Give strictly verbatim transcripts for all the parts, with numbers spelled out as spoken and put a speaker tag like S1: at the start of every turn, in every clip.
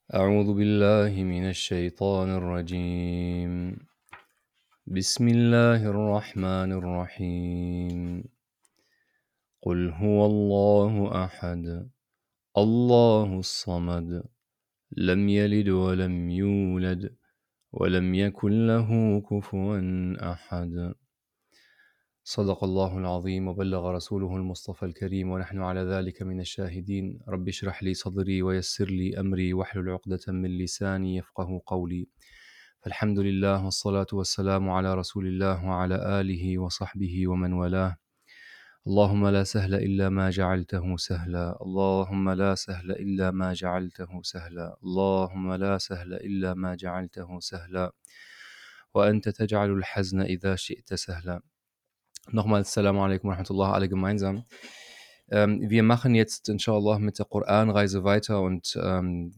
S1: أعوذ بالله من الشيطان الرجيم بسم الله الرحمن الرحيم قل هو الله أحد الله الصمد لم يلد ولم يولد ولم يكن له كفوا أحد صدق الله العظيم وبلغ رسوله المصطفى الكريم ونحن على ذلك من الشاهدين رب اشرح لي صدري ويسر لي أمري واحلل عقدة من لساني يفقه قولي فالحمد لله والصلاة والسلام على رسول الله وعلى آله وصحبه ومن والاه اللهم لا سهل إلا ما جعلته سهلا اللهم لا سهل إلا ما جعلته سهلا اللهم لا سهل إلا ما جعلته سهلا وأنت تجعل الحزن إذا شئت سهلا. Nochmal Assalamu alaikum wa rahmatullah, alle gemeinsam. Ähm, wir machen jetzt inshallah mit der Koranreise weiter und ähm,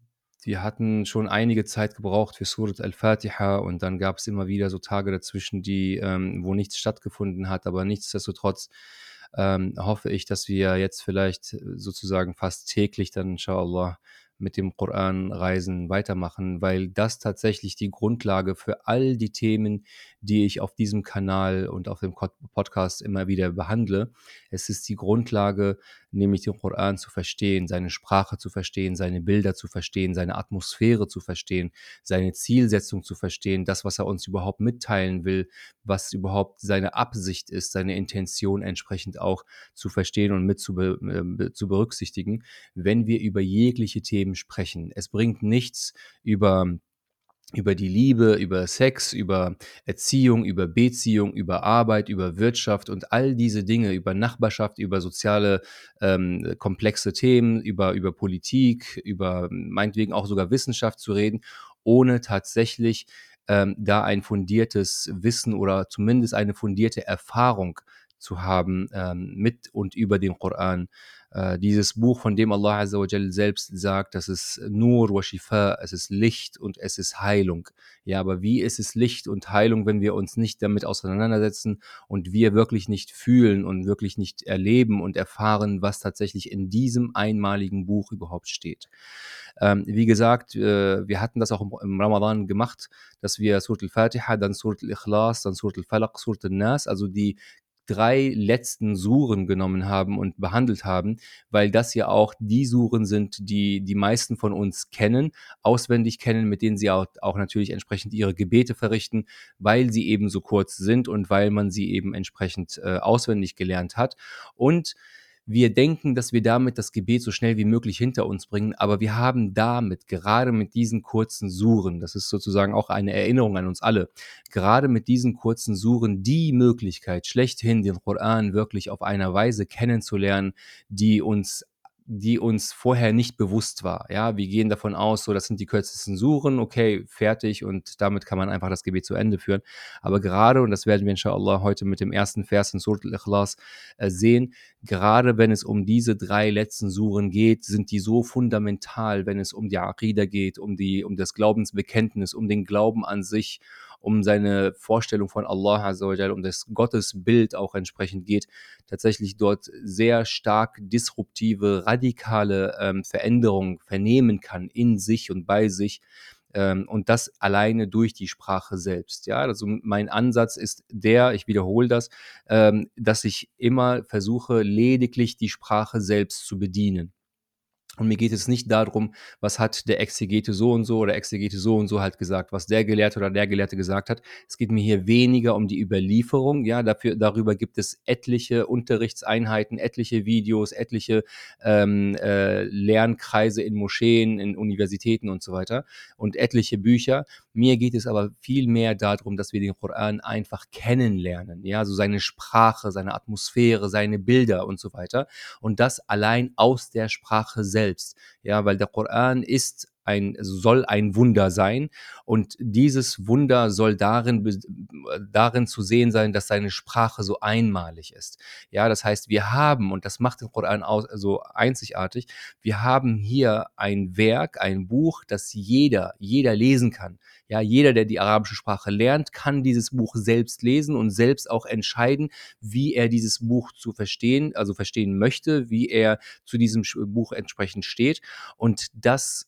S1: wir hatten schon einige Zeit gebraucht für Surat al-Fatiha und dann gab es immer wieder so Tage dazwischen, die, ähm, wo nichts stattgefunden hat, aber nichtsdestotrotz ähm, hoffe ich, dass wir jetzt vielleicht sozusagen fast täglich dann inshallah mit dem Koranreisen weitermachen, weil das tatsächlich die Grundlage für all die Themen, die ich auf diesem Kanal und auf dem Pod Podcast immer wieder behandle. Es ist die Grundlage, nämlich den Koran zu verstehen, seine Sprache zu verstehen, seine Bilder zu verstehen, seine Atmosphäre zu verstehen, seine Zielsetzung zu verstehen, das, was er uns überhaupt mitteilen will, was überhaupt seine Absicht ist, seine Intention entsprechend auch zu verstehen und mit zu, be äh, zu berücksichtigen, wenn wir über jegliche Themen sprechen. Es bringt nichts, über über die Liebe, über Sex, über Erziehung, über Beziehung, über Arbeit, über Wirtschaft und all diese Dinge, über Nachbarschaft, über soziale ähm, komplexe Themen, über, über Politik, über meinetwegen auch sogar Wissenschaft zu reden, ohne tatsächlich ähm, da ein fundiertes Wissen oder zumindest eine fundierte Erfahrung zu haben ähm, mit und über den Koran. Äh, dieses Buch, von dem Allah Azza wa Jal selbst sagt, das ist Nur wa Shifa, es ist Licht und es ist Heilung. Ja, aber wie ist es Licht und Heilung, wenn wir uns nicht damit auseinandersetzen und wir wirklich nicht fühlen und wirklich nicht erleben und erfahren, was tatsächlich in diesem einmaligen Buch überhaupt steht? Ähm, wie gesagt, äh, wir hatten das auch im, im Ramadan gemacht, dass wir Surat al-Fatiha, dann Surat al-Ikhlas, dann Surat al-Falaq, Surat al-Nas, also die drei letzten Suren genommen haben und behandelt haben, weil das ja auch die Suren sind, die die meisten von uns kennen, auswendig kennen, mit denen sie auch, auch natürlich entsprechend ihre Gebete verrichten, weil sie eben so kurz sind und weil man sie eben entsprechend äh, auswendig gelernt hat. Und wir denken, dass wir damit das Gebet so schnell wie möglich hinter uns bringen, aber wir haben damit, gerade mit diesen kurzen Suren, das ist sozusagen auch eine Erinnerung an uns alle, gerade mit diesen kurzen Suren die Möglichkeit, schlechthin den Koran wirklich auf einer Weise kennenzulernen, die uns die uns vorher nicht bewusst war. Ja, wir gehen davon aus, so das sind die kürzesten Suren, okay, fertig und damit kann man einfach das Gebet zu Ende führen. Aber gerade, und das werden wir inshallah heute mit dem ersten Vers in Surat al-Ikhlas äh, sehen, gerade wenn es um diese drei letzten Suren geht, sind die so fundamental, wenn es um die Aqida geht, um die um das Glaubensbekenntnis, um den Glauben an sich, um seine Vorstellung von Allah Azza wa Jal, um das Gottesbild auch entsprechend geht, tatsächlich dort sehr stark disruptive, radikale ähm, Veränderungen vernehmen kann in sich und bei sich. Ähm, und das alleine durch die Sprache selbst. Ja, also mein Ansatz ist der, ich wiederhole das, ähm, dass ich immer versuche, lediglich die Sprache selbst zu bedienen. Und mir geht es nicht darum, was hat der Exegete so und so oder Exegete so und so halt gesagt, was der Gelehrte oder der Gelehrte gesagt hat. Es geht mir hier weniger um die Überlieferung. Ja, dafür, darüber gibt es etliche Unterrichtseinheiten, etliche Videos, etliche ähm, äh, Lernkreise in Moscheen, in Universitäten und so weiter und etliche Bücher. Mir geht es aber viel mehr darum, dass wir den Koran einfach kennenlernen. Ja, so seine Sprache, seine Atmosphäre, seine Bilder und so weiter. Und das allein aus der Sprache selbst. Ja, weil der Koran ist ein, soll ein Wunder sein und dieses Wunder soll darin, darin zu sehen sein, dass seine Sprache so einmalig ist. Ja, das heißt, wir haben, und das macht den Koran aus, so einzigartig, wir haben hier ein Werk, ein Buch, das jeder, jeder lesen kann. Ja, jeder, der die arabische Sprache lernt, kann dieses Buch selbst lesen und selbst auch entscheiden, wie er dieses Buch zu verstehen, also verstehen möchte, wie er zu diesem Buch entsprechend steht. Und das ist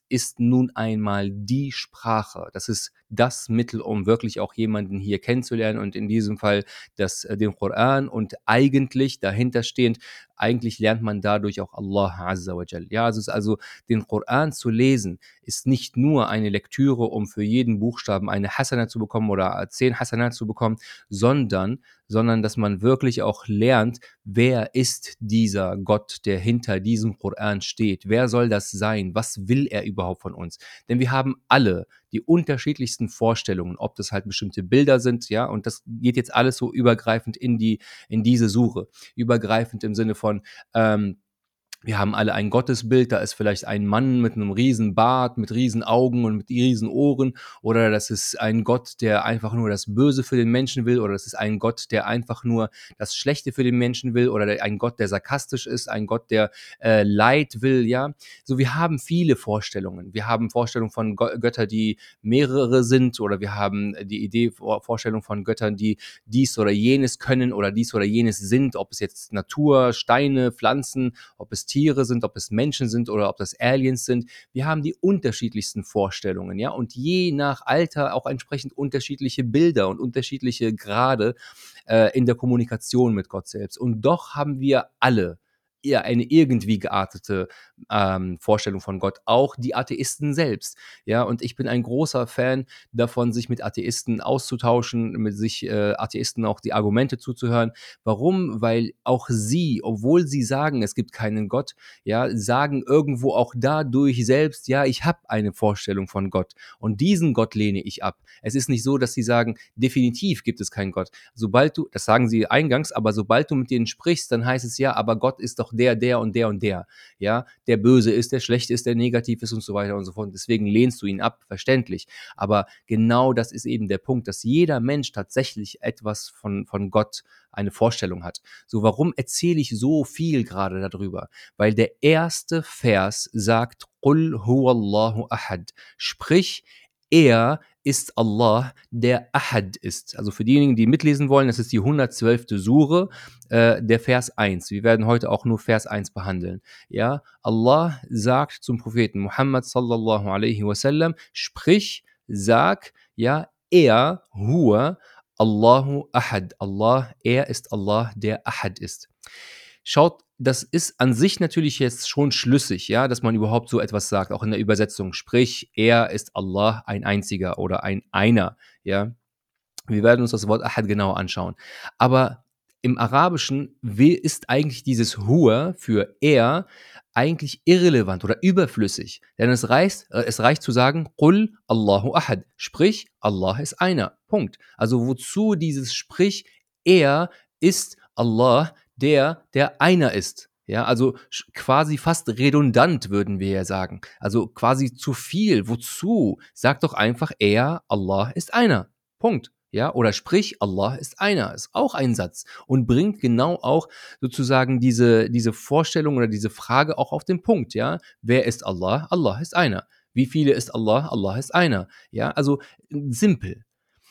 S1: nun einmal die Sprache. Das ist das Mittel, um wirklich auch jemanden hier kennenzulernen und in diesem Fall das, äh, den Koran und eigentlich dahinterstehend, eigentlich lernt man dadurch auch Allah Azza wa Jal. Ja, es ist also den Koran zu lesen, ist nicht nur eine Lektüre, um für jeden Buchstaben eine Hasana zu bekommen oder zehn Hasana zu bekommen, sondern sondern dass man wirklich auch lernt, wer ist dieser Gott, der hinter diesem Koran steht? Wer soll das sein? Was will er überhaupt von uns? Denn wir haben alle die unterschiedlichsten Vorstellungen, ob das halt bestimmte Bilder sind, ja, und das geht jetzt alles so übergreifend in die in diese Suche. Übergreifend im Sinne von, ähm, wir haben alle ein Gottesbild, da ist vielleicht ein Mann mit einem riesen Bart, mit riesen Augen und mit riesen Ohren, oder das ist ein Gott, der einfach nur das Böse für den Menschen will, oder das ist ein Gott, der einfach nur das Schlechte für den Menschen will, oder der, ein Gott, der sarkastisch ist, ein Gott, der äh, Leid will, ja. So, wir haben viele Vorstellungen. Wir haben Vorstellungen von Gö Götter, die mehrere sind, oder wir haben die Idee, Vor Vorstellung von Göttern, die dies oder jenes können oder dies oder jenes sind, ob es jetzt Natur, Steine, Pflanzen, ob es Tiere sind, ob es Menschen sind oder ob das Aliens sind. Wir haben die unterschiedlichsten Vorstellungen, ja, und je nach Alter auch entsprechend unterschiedliche Bilder und unterschiedliche Grade äh, in der Kommunikation mit Gott selbst. Und doch haben wir alle eher eine irgendwie geartete ähm, Vorstellung von Gott, auch die Atheisten selbst. Ja, und ich bin ein großer Fan davon, sich mit Atheisten auszutauschen, mit sich äh, Atheisten auch die Argumente zuzuhören. Warum? Weil auch sie, obwohl sie sagen, es gibt keinen Gott, ja, sagen irgendwo auch dadurch selbst, ja, ich habe eine Vorstellung von Gott und diesen Gott lehne ich ab. Es ist nicht so, dass sie sagen, definitiv gibt es keinen Gott. Sobald du, das sagen sie eingangs, aber sobald du mit denen sprichst, dann heißt es ja, aber Gott ist doch der, der und der und der, ja, der böse ist, der schlecht ist, der negativ ist und so weiter und so fort. Deswegen lehnst du ihn ab, verständlich. Aber genau das ist eben der Punkt, dass jeder Mensch tatsächlich etwas von, von Gott, eine Vorstellung hat. So, warum erzähle ich so viel gerade darüber? Weil der erste Vers sagt, Qul huwallahu ahad. Sprich, er ist Allah, der Ahad ist. Also für diejenigen, die mitlesen wollen, das ist die hundertzwölfte Sure, äh, der Vers eins. Wir werden heute auch nur Vers eins behandeln. Ja, Allah sagt zum Propheten Muhammad sallallahu alaihi wasallam, sprich, sag, ja, er, huwa, Allahu Ahad. Allah, er ist Allah, der Ahad ist. Schaut, das ist an sich natürlich jetzt schon schlüssig, ja, dass man überhaupt so etwas sagt, auch in der Übersetzung. Sprich, er ist Allah, ein einziger oder ein einer, ja. Wir werden uns das Wort Ahad genauer anschauen. Aber im Arabischen wi- ist eigentlich dieses Huwa für er eigentlich irrelevant oder überflüssig. Denn es reicht, äh, es reicht zu sagen, Qul Allahu Ahad. Sprich, Allah ist einer. Punkt. Also wozu dieses Sprich, er ist Allah, der, der einer ist. Ja, also sch- quasi fast redundant, würden wir ja sagen. Also quasi zu viel. Wozu? Sag doch einfach, er, Allah ist einer. Punkt. Ja, oder sprich, Allah ist einer, ist auch ein Satz und bringt genau auch sozusagen diese, diese Vorstellung oder diese Frage auch auf den Punkt, ja. Wer ist Allah? Allah ist einer. Wie viele ist Allah? Allah ist einer. Ja, also simpel.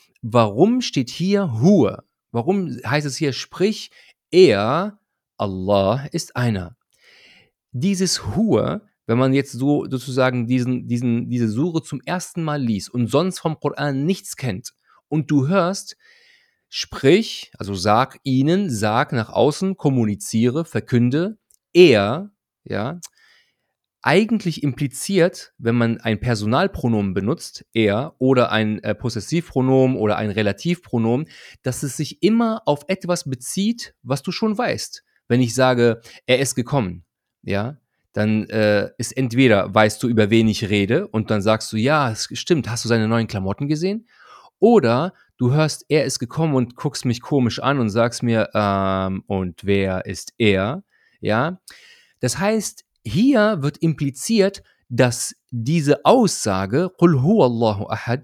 S1: Warum steht hier Huwa? Warum heißt es hier, sprich, er, Allah ist einer? Dieses Huwa, wenn man jetzt so sozusagen diesen, diesen, diese Sure zum ersten Mal liest und sonst vom Koran nichts kennt und du hörst, sprich, also sag ihnen, sag nach außen, kommuniziere, verkünde, er, ja, eigentlich impliziert, wenn man ein Personalpronomen benutzt, er, oder ein äh, Possessivpronomen oder ein Relativpronomen, dass es sich immer auf etwas bezieht, was du schon weißt. Wenn ich sage, er ist gekommen, ja, dann äh, ist entweder weißt du, über wen ich rede, und dann sagst du, ja, es stimmt, hast du seine neuen Klamotten gesehen? Oder du hörst, er ist gekommen und guckst mich komisch an und sagst mir, ähm, und wer ist er? Ja, das heißt, hier wird impliziert, dass diese Aussage, Qul huwallahu ahad,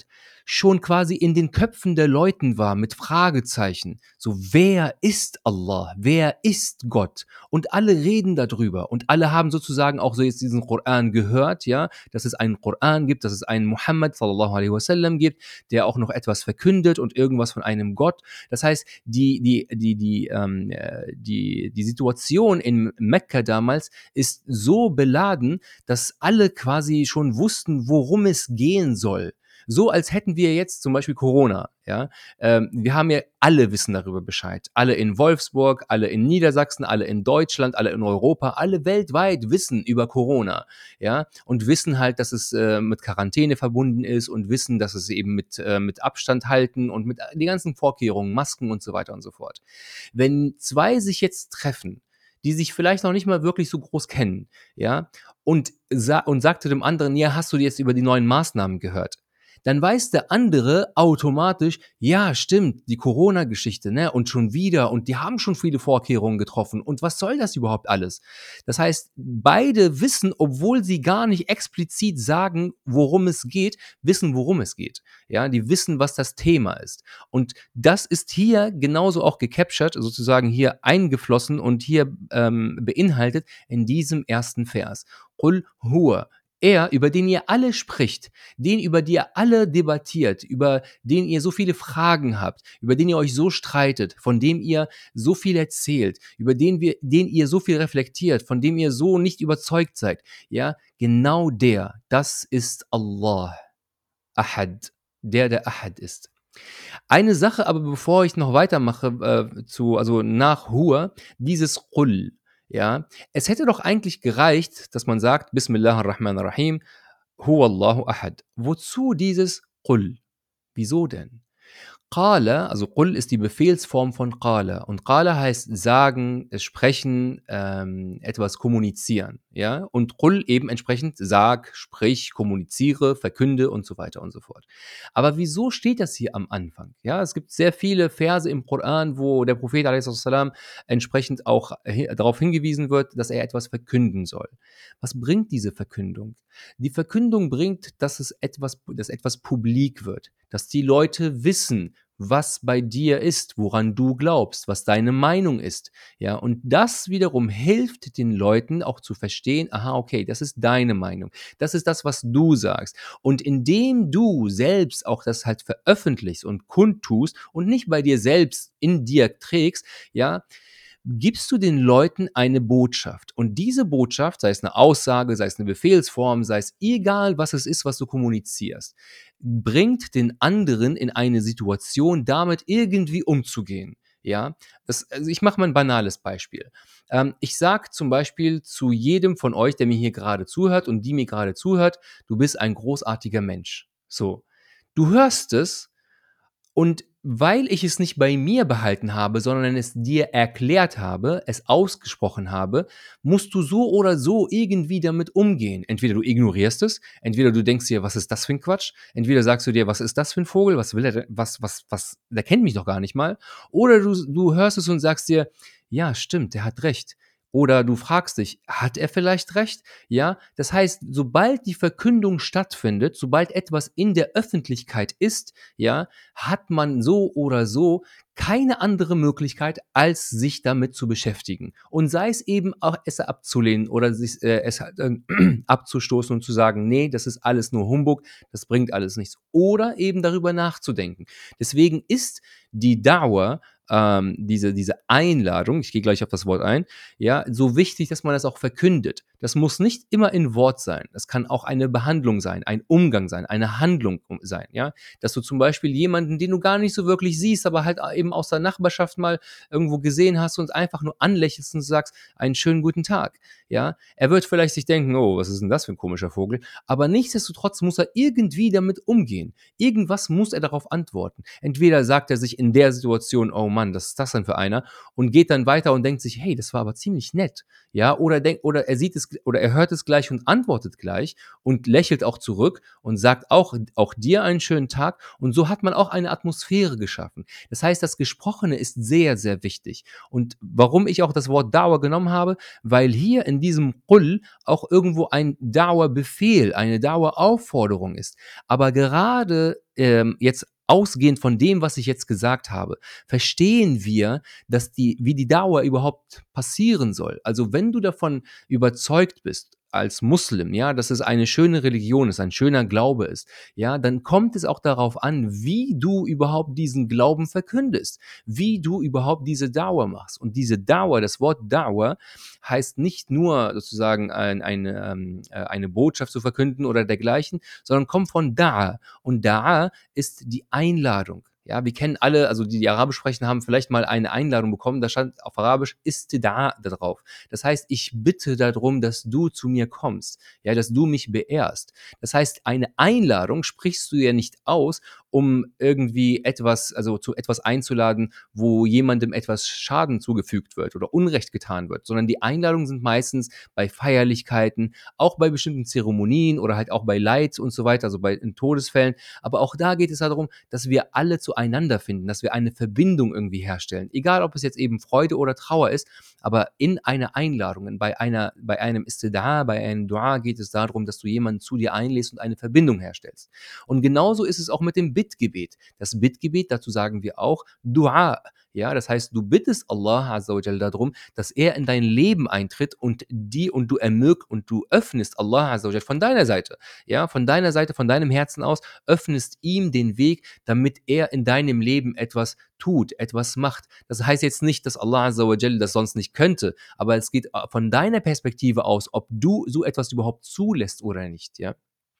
S1: schon quasi in den Köpfen der Leuten war mit Fragezeichen. So, wer ist Allah? Wer ist Gott? Und alle reden darüber und alle haben sozusagen auch so jetzt diesen Koran gehört, ja, dass es einen Koran gibt, dass es einen Muhammad sallallahu alaihi wasallam gibt, der auch noch etwas verkündet und irgendwas von einem Gott. Das heißt, die, die, die, die, ähm, äh, die, die Situation in Mekka damals ist so beladen, dass alle quasi schon wussten, worum es gehen soll. So als hätten wir jetzt zum Beispiel Corona, ja. Ähm, wir haben ja alle wissen darüber Bescheid. Alle in Wolfsburg, alle in Niedersachsen, alle in Deutschland, alle in Europa, alle weltweit wissen über Corona, ja. Und wissen halt, dass es äh, mit Quarantäne verbunden ist und wissen, dass es eben mit, äh, mit Abstand halten und mit den ganzen Vorkehrungen, Masken und so weiter und so fort. Wenn zwei sich jetzt treffen, die sich vielleicht noch nicht mal wirklich so groß kennen, ja, und, sa und sagte dem anderen, ja, hast du jetzt über die neuen Maßnahmen gehört? Dann weiß der andere automatisch, ja, stimmt, die Corona-Geschichte, ne, und schon wieder und die haben schon viele Vorkehrungen getroffen und was soll das überhaupt alles? Das heißt, beide wissen, obwohl sie gar nicht explizit sagen, worum es geht, wissen, worum es geht. Ja, die wissen, was das Thema ist. Und das ist hier genauso auch gecaptured, sozusagen hier eingeflossen und hier ähm, beinhaltet in diesem ersten Vers. Qul huwa. Er, über den ihr alle spricht, den, über die ihr alle debattiert, über den ihr so viele Fragen habt, über den ihr euch so streitet, von dem ihr so viel erzählt, über den, wir, den ihr so viel reflektiert, von dem ihr so nicht überzeugt seid, ja, genau der, das ist Allah, Ahad, der, der Ahad ist. Eine Sache aber, bevor ich noch weitermache, äh, zu, also nach Hua, dieses Qul, ja, es hätte doch eigentlich gereicht, dass man sagt, Bismillah ar-Rahman ar-Rahim, Huwa Allahu Ahad. Wozu dieses Qul? Wieso denn? Qala, also Qul ist die Befehlsform von Qala und Qala heißt sagen, äh, sprechen, ähm, etwas kommunizieren, ja? Und Qul eben entsprechend sag, sprich, kommuniziere, verkünde und so weiter und so fort. Aber wieso steht das hier am Anfang? Ja, es gibt sehr viele Verse im Koran, wo der Prophet a s. Entsprechend auch hi darauf hingewiesen wird, dass er etwas verkünden soll. Was bringt diese Verkündung? Die Verkündung bringt, dass es etwas dass etwas publik wird, dass die Leute wissen, was bei dir ist, woran du glaubst, was deine Meinung ist. Ja, und das wiederum hilft den Leuten auch zu verstehen, aha, okay, das ist deine Meinung. Das ist das, was du sagst. Und indem du selbst auch das halt veröffentlichst und kundtust und nicht bei dir selbst in dir trägst, ja, gibst du den Leuten eine Botschaft. Und diese Botschaft, sei es eine Aussage, sei es eine Befehlsform, sei es egal, was es ist, was du kommunizierst, bringt den anderen in eine Situation, damit irgendwie umzugehen. Ja, das, also ich mache mal ein banales Beispiel. Ähm, ich sage zum Beispiel zu jedem von euch, der mir hier gerade zuhört und die mir gerade zuhört, du bist ein großartiger Mensch. So, du hörst es und weil ich es nicht bei mir behalten habe, sondern es dir erklärt habe, es ausgesprochen habe, musst du so oder so irgendwie damit umgehen. Entweder du ignorierst es, entweder du denkst dir, was ist das für ein Quatsch? Entweder sagst du dir, was ist das für ein Vogel? Was will er, denn- was, was, was, der kennt mich doch gar nicht mal. Oder du, du hörst es und sagst dir, ja, stimmt, der hat recht. Oder du fragst dich, hat er vielleicht recht? Ja, das heißt, sobald die Verkündung stattfindet, sobald etwas in der Öffentlichkeit ist, ja, hat man so oder so keine andere Möglichkeit, als sich damit zu beschäftigen. Und sei es eben auch, es abzulehnen oder sich, äh, es halt, äh, abzustoßen und zu sagen, nee, das ist alles nur Humbug, das bringt alles nichts. Oder eben darüber nachzudenken. Deswegen ist die Dauer, ähm, diese, diese Einladung, ich gehe gleich auf das Wort ein, ja, so wichtig, dass man das auch verkündet. Das muss nicht immer in Wort sein. Das kann auch eine Behandlung sein, ein Umgang sein, eine Handlung sein, ja. Dass du zum Beispiel jemanden, den du gar nicht so wirklich siehst, aber halt eben aus der Nachbarschaft mal irgendwo gesehen hast und einfach nur anlächelst und sagst, einen schönen guten Tag, ja. Er wird vielleicht sich denken, oh, was ist denn das für ein komischer Vogel? Aber nichtsdestotrotz muss er irgendwie damit umgehen. Irgendwas muss er darauf antworten. Entweder sagt er sich in der Situation, oh Mann, was ist das denn für einer? Und geht dann weiter und denkt sich: „Hey, das war aber ziemlich nett." Ja, oder denkt oder er sieht es oder er hört es gleich und antwortet gleich und lächelt auch zurück und sagt auch auch dir einen schönen Tag und so hat man auch eine Atmosphäre geschaffen. Das heißt, das Gesprochene ist sehr, sehr wichtig. Und warum ich auch das Wort Dauer genommen habe, weil hier in diesem Qul auch irgendwo ein Dauerbefehl, eine Daueraufforderung ist. Aber gerade ähm, jetzt ausgehend von dem, was ich jetzt gesagt habe, verstehen wir, dass die, wie die Dauer überhaupt passieren soll. Also wenn du davon überzeugt bist, als Muslim, ja, dass es eine schöne Religion ist, ein schöner Glaube ist, ja, dann kommt es auch darauf an, wie du überhaupt diesen Glauben verkündest, wie du überhaupt diese Dauer machst. Und diese Dauer, das Wort Dauer, heißt nicht nur sozusagen ein, eine, ähm, äh, eine Botschaft zu verkünden oder dergleichen, sondern kommt von Da'a. Und Da'a ist die Einladung. Ja, wir kennen alle, also die, die Arabisch sprechen, haben vielleicht mal eine Einladung bekommen, da stand auf Arabisch Istida'a da drauf. Das heißt, ich bitte darum, dass du zu mir kommst, ja, dass du mich beehrst. Das heißt, eine Einladung sprichst du ja nicht aus, um irgendwie etwas, also zu etwas einzuladen, wo jemandem etwas Schaden zugefügt wird oder Unrecht getan wird, sondern die Einladungen sind meistens bei Feierlichkeiten, auch bei bestimmten Zeremonien oder halt auch bei Leid und so weiter, also bei in Todesfällen. Aber auch da geht es darum, dass wir alle zueinander finden, dass wir eine Verbindung irgendwie herstellen. Egal, ob es jetzt eben Freude oder Trauer ist, aber in einer Einladung, bei, einer, bei einem Istidaa, bei einem Dua geht es darum, dass du jemanden zu dir einlädst und eine Verbindung herstellst. Und genauso ist es auch mit dem Bittgebet. Das Bittgebet, dazu sagen wir auch Dua. Ja, das heißt, du bittest Allah Azza wa Jalla darum, dass er in dein Leben eintritt und die und du ermöglicht und du öffnest Allah Azza wa Jalla von deiner Seite, ja, von deiner Seite, von deinem Herzen aus, öffnest ihm den Weg, damit er in deinem Leben etwas tut, etwas macht. Das heißt jetzt nicht, dass Allah Azza wa Jalla das sonst nicht könnte, aber es geht äh, von deiner Perspektive aus, ob du so etwas überhaupt zulässt oder nicht, ja.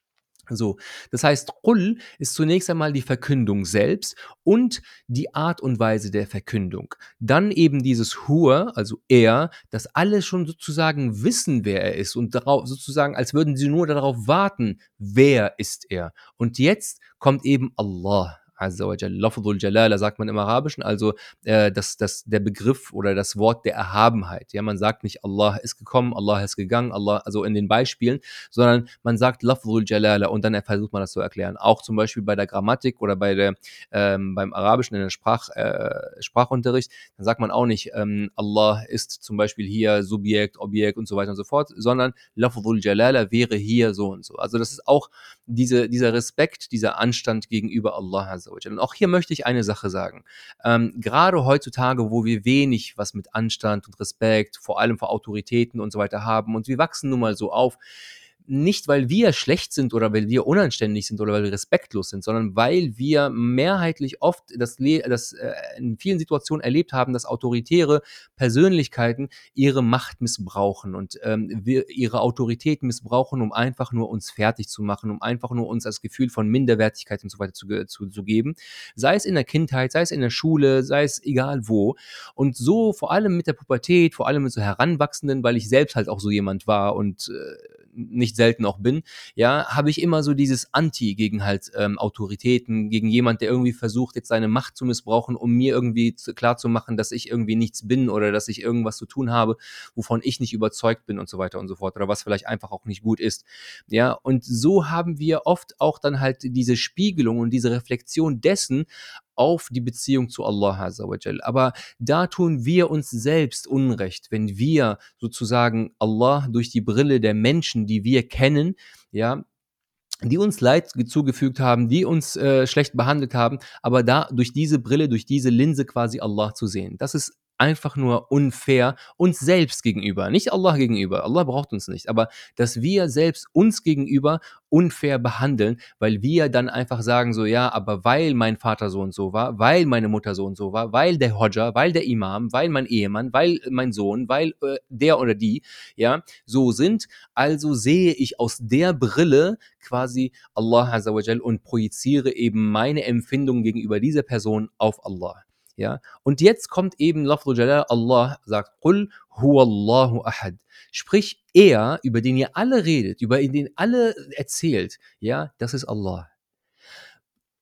S1: So, das heißt, Qul ist zunächst einmal die Verkündung selbst und die Art und Weise der Verkündung. Dann eben dieses Huwa, also er, dass alle schon sozusagen wissen, wer er ist und darauf sozusagen, als würden sie nur darauf warten, wer ist er. Und jetzt kommt eben Allah. Azza wa Jalla. Lafdhul Jalala sagt man im Arabischen, also äh, das, das, der Begriff oder das Wort der Erhabenheit. Ja, man sagt nicht Allah ist gekommen, Allah ist gegangen, Allah, also in den Beispielen, sondern man sagt Lafdhul Jalala und dann versucht man das zu erklären. Auch zum Beispiel bei der Grammatik oder bei der, ähm, beim Arabischen in der Sprach, äh, Sprachunterricht, dann sagt man auch nicht ähm, Allah ist zum Beispiel hier Subjekt, Objekt und so weiter und so fort, sondern Lafdhul Jalala wäre hier so und so. Also das ist auch diese, dieser Respekt, dieser Anstand gegenüber Allah Azza wa Jalla. Und auch hier möchte ich eine Sache sagen. Ähm, gerade heutzutage, wo wir wenig was mit Anstand und Respekt, vor allem vor Autoritäten und so weiter haben und wir wachsen nun mal so auf, nicht, weil wir schlecht sind oder weil wir unanständig sind oder weil wir respektlos sind, sondern weil wir mehrheitlich oft das, Le das äh, in vielen Situationen erlebt haben, dass autoritäre Persönlichkeiten ihre Macht missbrauchen und ähm, wir ihre Autorität missbrauchen, um einfach nur uns fertig zu machen, um einfach nur uns das Gefühl von Minderwertigkeit und so weiter zu, zu, zu geben. Sei es in der Kindheit, sei es in der Schule, sei es egal wo. Und so vor allem mit der Pubertät, vor allem mit so Heranwachsenden, weil ich selbst halt auch so jemand war und äh, nicht selten auch bin, ja, habe ich immer so dieses Anti gegen halt ähm, Autoritäten, gegen jemand, der irgendwie versucht, jetzt seine Macht zu missbrauchen, um mir irgendwie zu, klar zu machen, dass ich irgendwie nichts bin oder dass ich irgendwas zu tun habe, wovon ich nicht überzeugt bin und so weiter und so fort oder was vielleicht einfach auch nicht gut ist. Ja, und so haben wir oft auch dann halt diese Spiegelung und diese Reflexion dessen auf die Beziehung zu Allah Azza wa Jal. Aber da tun wir uns selbst Unrecht, wenn wir sozusagen Allah durch die Brille der Menschen, die wir kennen, ja, die uns Leid zugefügt haben, die uns äh, schlecht behandelt haben, aber da durch diese Brille, durch diese Linse quasi Allah zu sehen. Das ist einfach nur unfair uns selbst gegenüber, nicht Allah gegenüber. Allah braucht uns nicht, aber dass wir selbst uns gegenüber unfair behandeln, weil wir dann einfach sagen so, ja, aber weil mein Vater so und so war, weil meine Mutter so und so war, weil der Hodja, weil der Imam, weil mein Ehemann, weil mein Sohn, weil äh, der oder die, ja, so sind, also sehe ich aus der Brille quasi Allah Azza wa Jal und projiziere eben meine Empfindungen gegenüber dieser Person auf Allah. Ja, und jetzt kommt eben Lafdul Jalal, Allah sagt, Qul huwallahu ahad. Sprich, er, über den ihr alle redet, über den alle erzählt, ja, das ist Allah.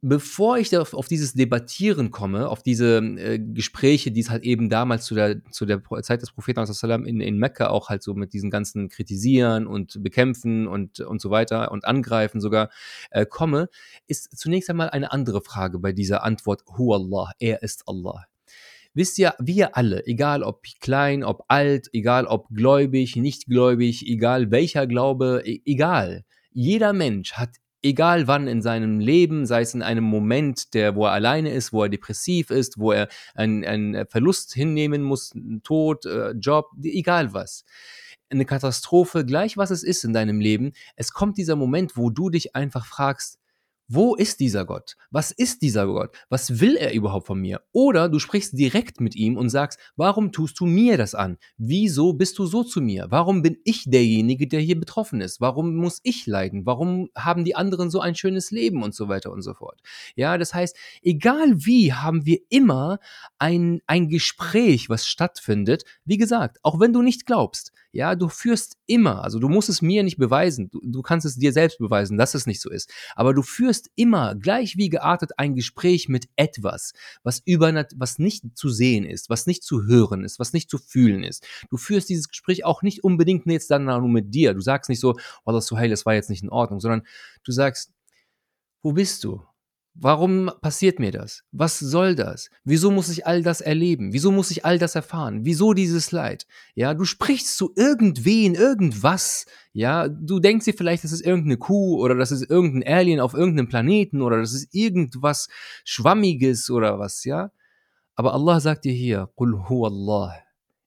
S1: bevor ich da auf auf dieses Debattieren komme, auf diese, äh, Gespräche, die es halt eben damals zu der zu der Pro Zeit des Propheten in in Mekka auch halt so mit diesen ganzen Kritisieren und Bekämpfen und und so weiter und Angreifen sogar, äh, komme, ist zunächst einmal eine andere Frage bei dieser Antwort: Huwallah, er ist Allah. Wisst ihr, wir alle, egal ob klein, ob alt, egal ob gläubig, nicht gläubig, egal welcher Glaube, e egal. Jeder Mensch hat, egal wann in seinem Leben, sei es in einem Moment, der wo er alleine ist, wo er depressiv ist, wo er einen einen Verlust hinnehmen muss, 'n Tod, äh, Job, egal was. Eine Katastrophe, gleich was es ist in deinem Leben. Es kommt dieser Moment, wo du dich einfach fragst: „Wo ist dieser Gott? Was ist dieser Gott? Was will er überhaupt von mir?“ Oder du sprichst direkt mit ihm und sagst: „Warum tust du mir das an? Wieso bist du so zu mir? Warum bin ich derjenige, der hier betroffen ist? Warum muss ich leiden? Warum haben die anderen so ein schönes Leben?“ Und so weiter und so fort. Ja, das heißt, egal wie, haben wir immer ein ein Gespräch, was stattfindet. Wie gesagt, auch wenn du nicht glaubst, ja, du führst immer, also du musst es mir nicht beweisen, du du kannst es dir selbst beweisen, dass es nicht so ist. Aber du führst immer, gleich wie geartet, ein Gespräch mit etwas, was übernat was nicht zu sehen ist, was nicht zu hören ist, was nicht zu fühlen ist. Du führst dieses Gespräch auch nicht unbedingt jetzt dann nur mit dir. Du sagst nicht so: „Wallah Suhail, das war jetzt nicht in Ordnung“, sondern du sagst: „Wo bist du? Warum passiert mir das? Was soll das? Wieso muss ich all das erleben? Wieso muss ich all das erfahren? Wieso dieses Leid?“ Ja, du sprichst zu irgendwen, irgendwas. Ja, du denkst dir vielleicht, das ist irgendeine Kuh oder das ist irgendein Alien auf irgendeinem Planeten oder das ist irgendwas Schwammiges oder was, ja? Aber Allah sagt dir hier: „Qul huwallah“.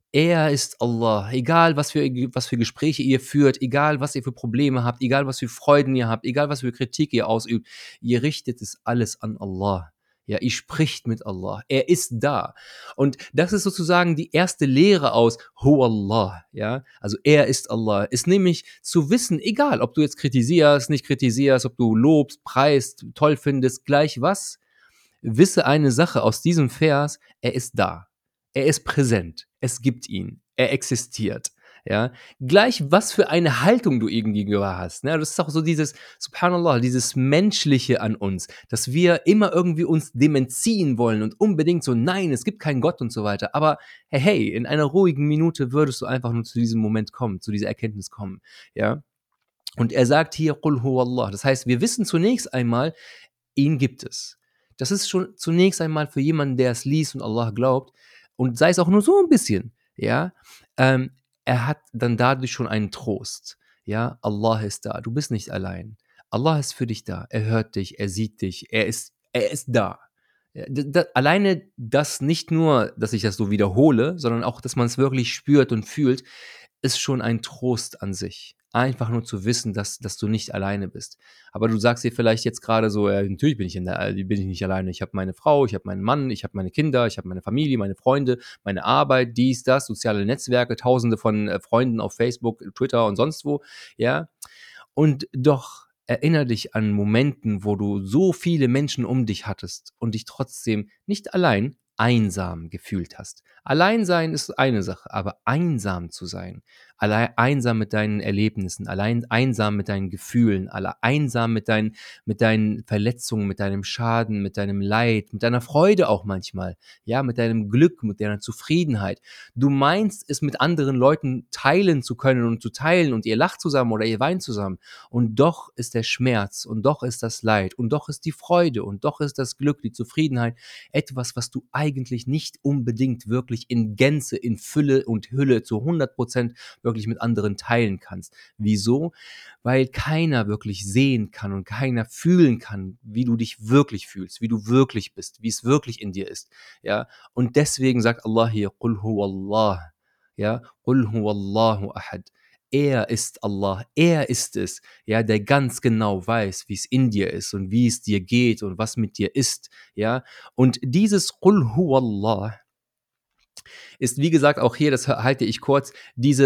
S1: Er ist Allah. Egal, was für was für Gespräche ihr führt, egal, was ihr für Probleme habt, egal, was für Freuden ihr habt, egal, was für Kritik ihr ausübt, ihr richtet es alles an Allah. Ja, ihr spricht mit Allah. Er ist da. Und das ist sozusagen die erste Lehre aus Hu Allah, ja? Also, er ist Allah. Ist nämlich zu wissen, egal, ob du jetzt kritisierst, nicht kritisierst, ob du lobst, preist, toll findest, gleich was, wisse eine Sache aus diesem Vers: Er ist da. Er ist präsent. Es gibt ihn. Er existiert. Ja, gleich was für eine Haltung du ihm gegenüber hast. Ne? Das ist auch so dieses, Subhanallah, dieses Menschliche an uns, dass wir immer irgendwie uns dem entziehen wollen und unbedingt so, nein, es gibt keinen Gott und so weiter. Aber hey, hey, in einer ruhigen Minute würdest du einfach nur zu diesem Moment kommen, zu dieser Erkenntnis kommen. Ja, und er sagt hier, Qul huwallah. Das heißt, wir wissen zunächst einmal, ihn gibt es. Das ist schon zunächst einmal für jemanden, der es liest und Allah glaubt, und sei es auch nur so ein bisschen, ja, ähm, er hat dann dadurch schon einen Trost. Ja, Allah ist da, du bist nicht allein. Allah ist für dich da. Er hört dich, er sieht dich, er ist er ist da. Ja, d da alleine das, nicht nur, dass ich das so wiederhole, sondern auch, dass man es wirklich spürt und fühlt, ist schon ein Trost an sich. Einfach nur zu wissen, dass dass du nicht alleine bist. Aber du sagst dir vielleicht jetzt gerade so: „Ja, natürlich bin ich in der äh, bin ich nicht alleine. Ich habe meine Frau, ich habe meinen Mann, ich habe meine Kinder, ich habe meine Familie, meine Freunde, meine Arbeit, dies, das, soziale Netzwerke, Tausende von, äh, Freunden auf Facebook, Twitter und sonst wo“, ja? Und doch erinnere dich an Momenten, wo du so viele Menschen um dich hattest und dich trotzdem nicht allein, einsam gefühlt hast. Allein sein ist eine Sache, aber einsam zu sein, allein einsam mit deinen Erlebnissen, allein einsam mit deinen Gefühlen, alle einsam mit deinen mit deinen Verletzungen, mit deinem Schaden, mit deinem Leid, mit deiner Freude auch manchmal, ja, mit deinem Glück, mit deiner Zufriedenheit. Du meinst, es mit anderen Leuten teilen zu können und zu teilen und ihr lacht zusammen oder ihr weint zusammen. Und doch ist der Schmerz und doch ist das Leid und doch ist die Freude und doch ist das Glück, die Zufriedenheit etwas, was du eigentlich nicht unbedingt wirklich in Gänze, in Fülle und Hülle zu hundert Prozent wirklich mit anderen teilen kannst. Wieso? Weil keiner wirklich sehen kann und keiner fühlen kann, wie du dich wirklich fühlst, wie du wirklich bist, wie es wirklich in dir ist. Ja? Und deswegen sagt Allah hier, Qul huwallah. Ja? Qul huwallahu ahad. Er ist Allah, er ist es, ja, der ganz genau weiß, wie es in dir ist und wie es dir geht und was mit dir ist, ja. Und dieses Qul huwallah ist, wie gesagt, auch hier, das halte ich kurz, diese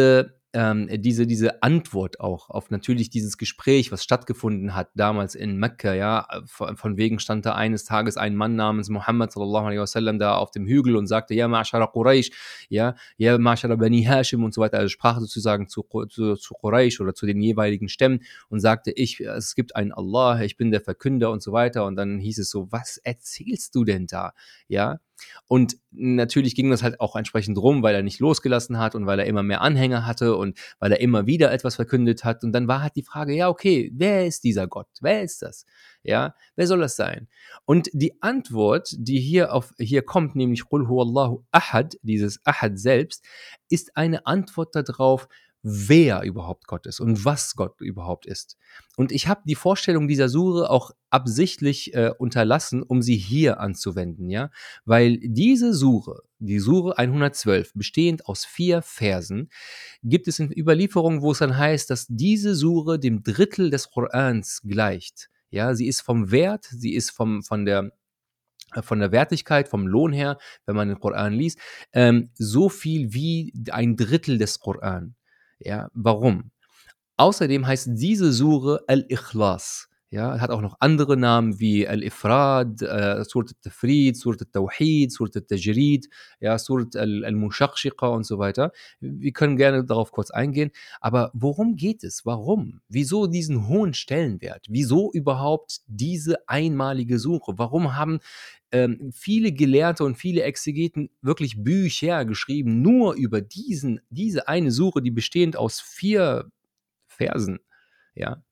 S1: ähm, diese diese Antwort auch auf natürlich dieses Gespräch, was stattgefunden hat damals in Mekka, ja, äh, von von wegen stand da eines Tages ein Mann namens Muhammad sallallahu alaihi wasallam da auf dem Hügel und sagte: „Ja ma'shara Quraish, ja, ja ma'shara Bani Hashim" und so weiter. Also sprach sozusagen zu Qu zu zu Quraish oder zu den jeweiligen Stämmen und sagte: „Ich es gibt einen Allah, ich bin der Verkünder" und so weiter. Und dann hieß es so: „Was erzählst du denn da?" Ja? Und natürlich ging das halt auch entsprechend rum, weil er nicht losgelassen hat und weil er immer mehr Anhänger hatte und weil er immer wieder etwas verkündet hat. Und dann war halt die Frage, ja, okay, wer ist dieser Gott? Wer ist das? Ja, wer soll das sein? Und die Antwort, die hier auf hier kommt, nämlich Qul huwallahu ahad, dieses Ahad selbst, ist eine Antwort darauf, wer überhaupt Gott ist und was Gott überhaupt ist. Und ich habe die Vorstellung dieser Sure auch absichtlich äh, unterlassen, um sie hier anzuwenden, ja, weil diese Sure, die Sure hundertzwölf, bestehend aus vier Versen, gibt es in Überlieferungen, wo es dann heißt, dass diese Sure dem Drittel des Korans gleicht. Ja, sie ist vom Wert, sie ist vom, von der äh, von der Wertigkeit, vom Lohn her, wenn man den Koran liest, ähm, so viel wie ein Drittel des Koran. Ja, warum? Außerdem heißt diese Sure Al-Ikhlas. Ja, hat auch noch andere Namen wie Al-Ifrad, äh, Surat Al-Tafrid, Surat Al-Tawhid, Surat Al-Tajrid, ja, Surat Al- Al-Mushakshiqa und so weiter. Wir können gerne darauf kurz eingehen. Aber worum geht es? Warum? Wieso diesen hohen Stellenwert? Wieso überhaupt diese einmalige Suche? Warum haben ähm, viele Gelehrte und viele Exegeten wirklich Bücher geschrieben, nur über diesen, diese eine Sure, die bestehend aus vier Versen, ja.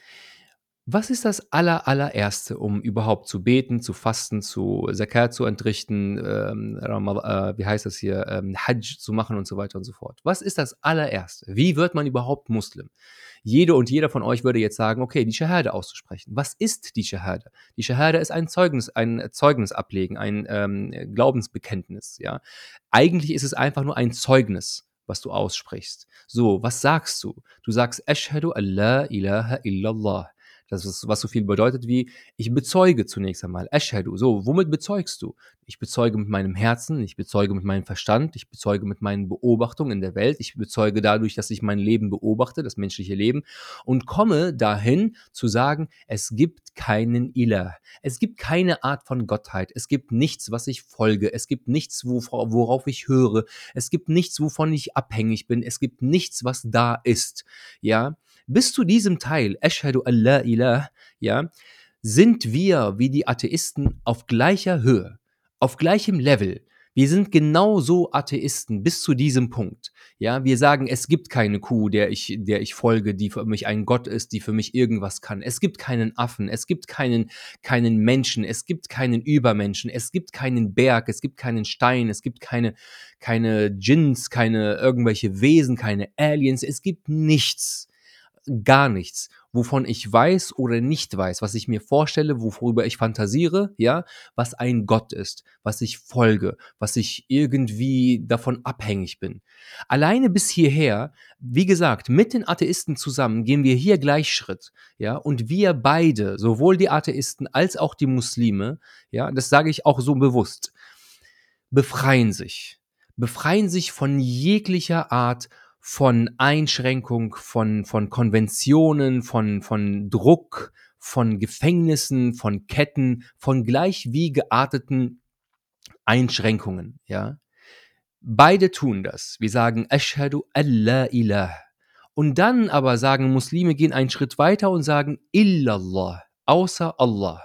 S1: Was ist das aller allererste, um überhaupt zu beten, zu fasten, zu Zakat zu entrichten, ähm, Rama äh, wie heißt das hier, ähm, Hajj zu machen und so weiter und so fort? Was ist das allererste? Wie wird man überhaupt Muslim? Jede und jeder von euch würde jetzt sagen: „Okay, die Schahada auszusprechen." Was ist die Schahada? Die Schahada ist ein Zeugnis ein Zeugnis ablegen, ein, ähm, Glaubensbekenntnis, ja. Eigentlich ist es einfach nur ein Zeugnis, was du aussprichst. So, was sagst du? Du sagst: „Aschhadu an la ilaha illallah." Das ist, was so viel bedeutet wie: Ich bezeuge zunächst einmal. Aschhadu. So, womit bezeugst du? Ich bezeuge mit meinem Herzen, ich bezeuge mit meinem Verstand, ich bezeuge mit meinen Beobachtungen in der Welt, ich bezeuge dadurch, dass ich mein Leben beobachte, das menschliche Leben, und komme dahin zu sagen, es gibt keinen Ilah. Es gibt keine Art von Gottheit. Es gibt nichts, was ich folge. Es gibt nichts, wovor- worauf ich höre. Es gibt nichts, wovon ich abhängig bin. Es gibt nichts, was da ist. Ja, bis zu diesem Teil, Ashhadu an la ilah, ja, sind wir wie die Atheisten auf gleicher Höhe, auf gleichem Level. Wir sind genauso Atheisten bis zu diesem Punkt. Ja, wir sagen, es gibt keine Kuh, der ich, der ich folge, die für mich ein Gott ist, die für mich irgendwas kann. Es gibt keinen Affen, es gibt keinen, keinen Menschen, es gibt keinen Übermenschen, es gibt keinen Berg, es gibt keinen Stein, es gibt keine, keine Djinns, keine irgendwelche Wesen, keine Aliens, es gibt nichts, gar nichts, wovon ich weiß oder nicht weiß, was ich mir vorstelle, worüber ich fantasiere, ja, was ein Gott ist, was ich folge, was ich irgendwie davon abhängig bin. Alleine bis hierher, wie gesagt, mit den Atheisten zusammen gehen wir hier Gleichschritt, ja, und wir beide, sowohl die Atheisten als auch die Muslime, ja, das sage ich auch so bewusst, befreien sich. Befreien sich von jeglicher Art von Einschränkung, von, von Konventionen, von, von Druck, von Gefängnissen, von Ketten, von gleich wie gearteten Einschränkungen, ja. Beide tun das. Wir sagen Ashhadu an la ilah. Und dann aber sagen Muslime, gehen einen Schritt weiter und sagen Illallah, außer Allah.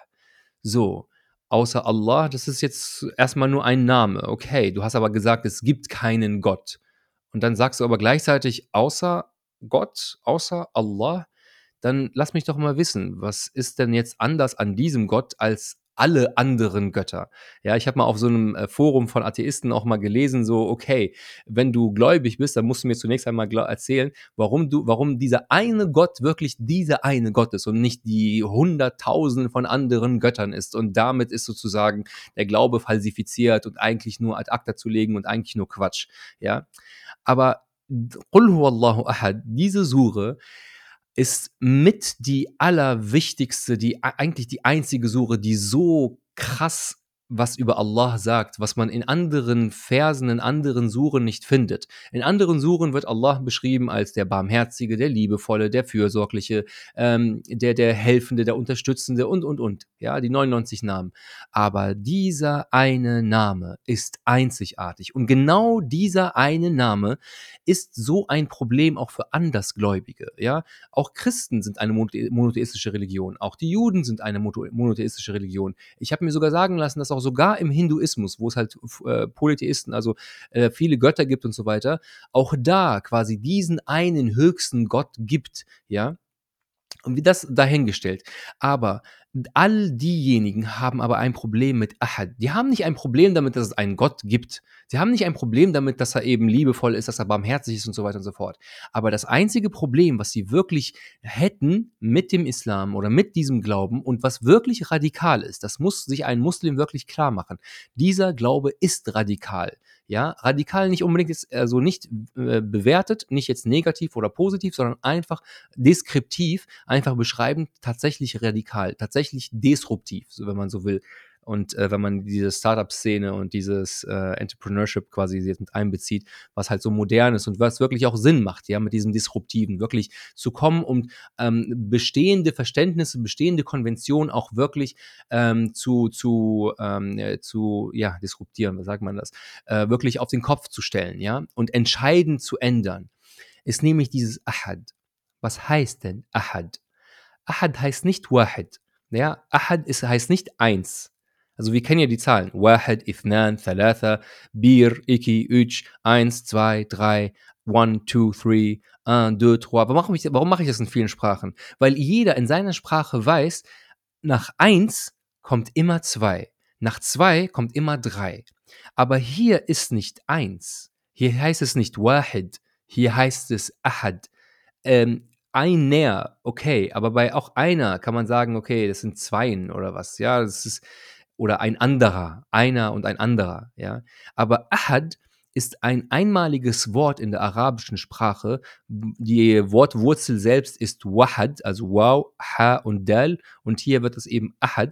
S1: So, außer Allah, das ist jetzt erstmal nur ein Name. Okay, du hast aber gesagt, es gibt keinen Gott. Und dann sagst du aber gleichzeitig außer Gott, außer Allah, dann lass mich doch mal wissen, was ist denn jetzt anders an diesem Gott als alle anderen Götter? Ja, ich habe mal auf so einem äh, Forum von Atheisten auch mal gelesen, so, okay, wenn du gläubig bist, dann musst du mir zunächst einmal gla- erzählen, warum du, warum dieser eine Gott wirklich dieser eine Gott ist und nicht die Hunderttausende von anderen Göttern ist. Und damit ist sozusagen der Glaube falsifiziert und eigentlich nur ad acta zu legen und eigentlich nur Quatsch. Ja, aber Qul huwallahu ahad, diese Sure ist mit die allerwichtigste, die eigentlich die einzige Sure, die so krass was über Allah sagt, was man in anderen Versen, in anderen Suren nicht findet. In anderen Suren wird Allah beschrieben als der Barmherzige, der Liebevolle, der Fürsorgliche, ähm, der, der Helfende, der Unterstützende und, und, und. Ja, die neunundneunzig Namen. Aber dieser eine Name ist einzigartig. Und genau dieser eine Name ist so ein Problem auch für Andersgläubige. Ja, auch Christen sind eine monothe- monotheistische Religion. Auch die Juden sind eine mono- monotheistische Religion. Ich habe mir sogar sagen lassen, dass auch sogar im Hinduismus, wo es halt äh, Polytheisten, also äh, viele Götter gibt und so weiter, auch da quasi diesen einen höchsten Gott gibt, ja. Und wie das dahingestellt. Aber all diejenigen haben aber ein Problem mit Ahad. Die haben nicht ein Problem damit, dass es einen Gott gibt. Sie haben nicht ein Problem damit, dass er eben liebevoll ist, dass er barmherzig ist und so weiter und so fort. Aber das einzige Problem, was sie wirklich hätten mit dem Islam oder mit diesem Glauben und was wirklich radikal ist, das muss sich ein Muslim wirklich klar machen. Dieser Glaube ist radikal. Ja, radikal nicht unbedingt jetzt, also nicht äh, bewertet, nicht jetzt negativ oder positiv, sondern einfach deskriptiv, einfach beschreibend, tatsächlich radikal, tatsächlich disruptiv, so wenn man so will. Und äh, wenn man diese Startup-Szene und dieses äh, Entrepreneurship quasi jetzt mit einbezieht, was halt so modern ist und was wirklich auch Sinn macht, ja, mit diesem Disruptiven, wirklich zu kommen und ähm, bestehende Verständnisse, bestehende Konventionen auch wirklich ähm, zu, zu, ähm, äh, zu, ja, disruptieren, was sagt man das, äh, wirklich auf den Kopf zu stellen, ja, und entscheidend zu ändern, ist nämlich dieses Ahad. Was heißt denn Ahad? Ahad heißt nicht Wahid. Ja, Ahad ist, heißt nicht eins. Also wir kennen ja die Zahlen. Wahid, Ithnan, Thalatha, Bir, Iki, Üch, eins, zwei, drei, one, two, three, un, deux, trois. Warum mache ich, warum mache ich das in vielen Sprachen? Weil jeder in seiner Sprache weiß, nach eins kommt immer zwei. Nach zwei kommt immer drei. Aber hier ist nicht eins. Hier heißt es nicht Wahid. Hier heißt es Ahad. Ähm, einer, okay, aber bei auch einer kann man sagen, okay, das sind Zweien oder was, ja, das ist oder ein anderer, einer und ein anderer, ja. Aber Ahad ist ein einmaliges Wort in der arabischen Sprache. Die Wortwurzel selbst ist Wahad, also Waw, Ha und Dal, und hier wird es eben Ahad.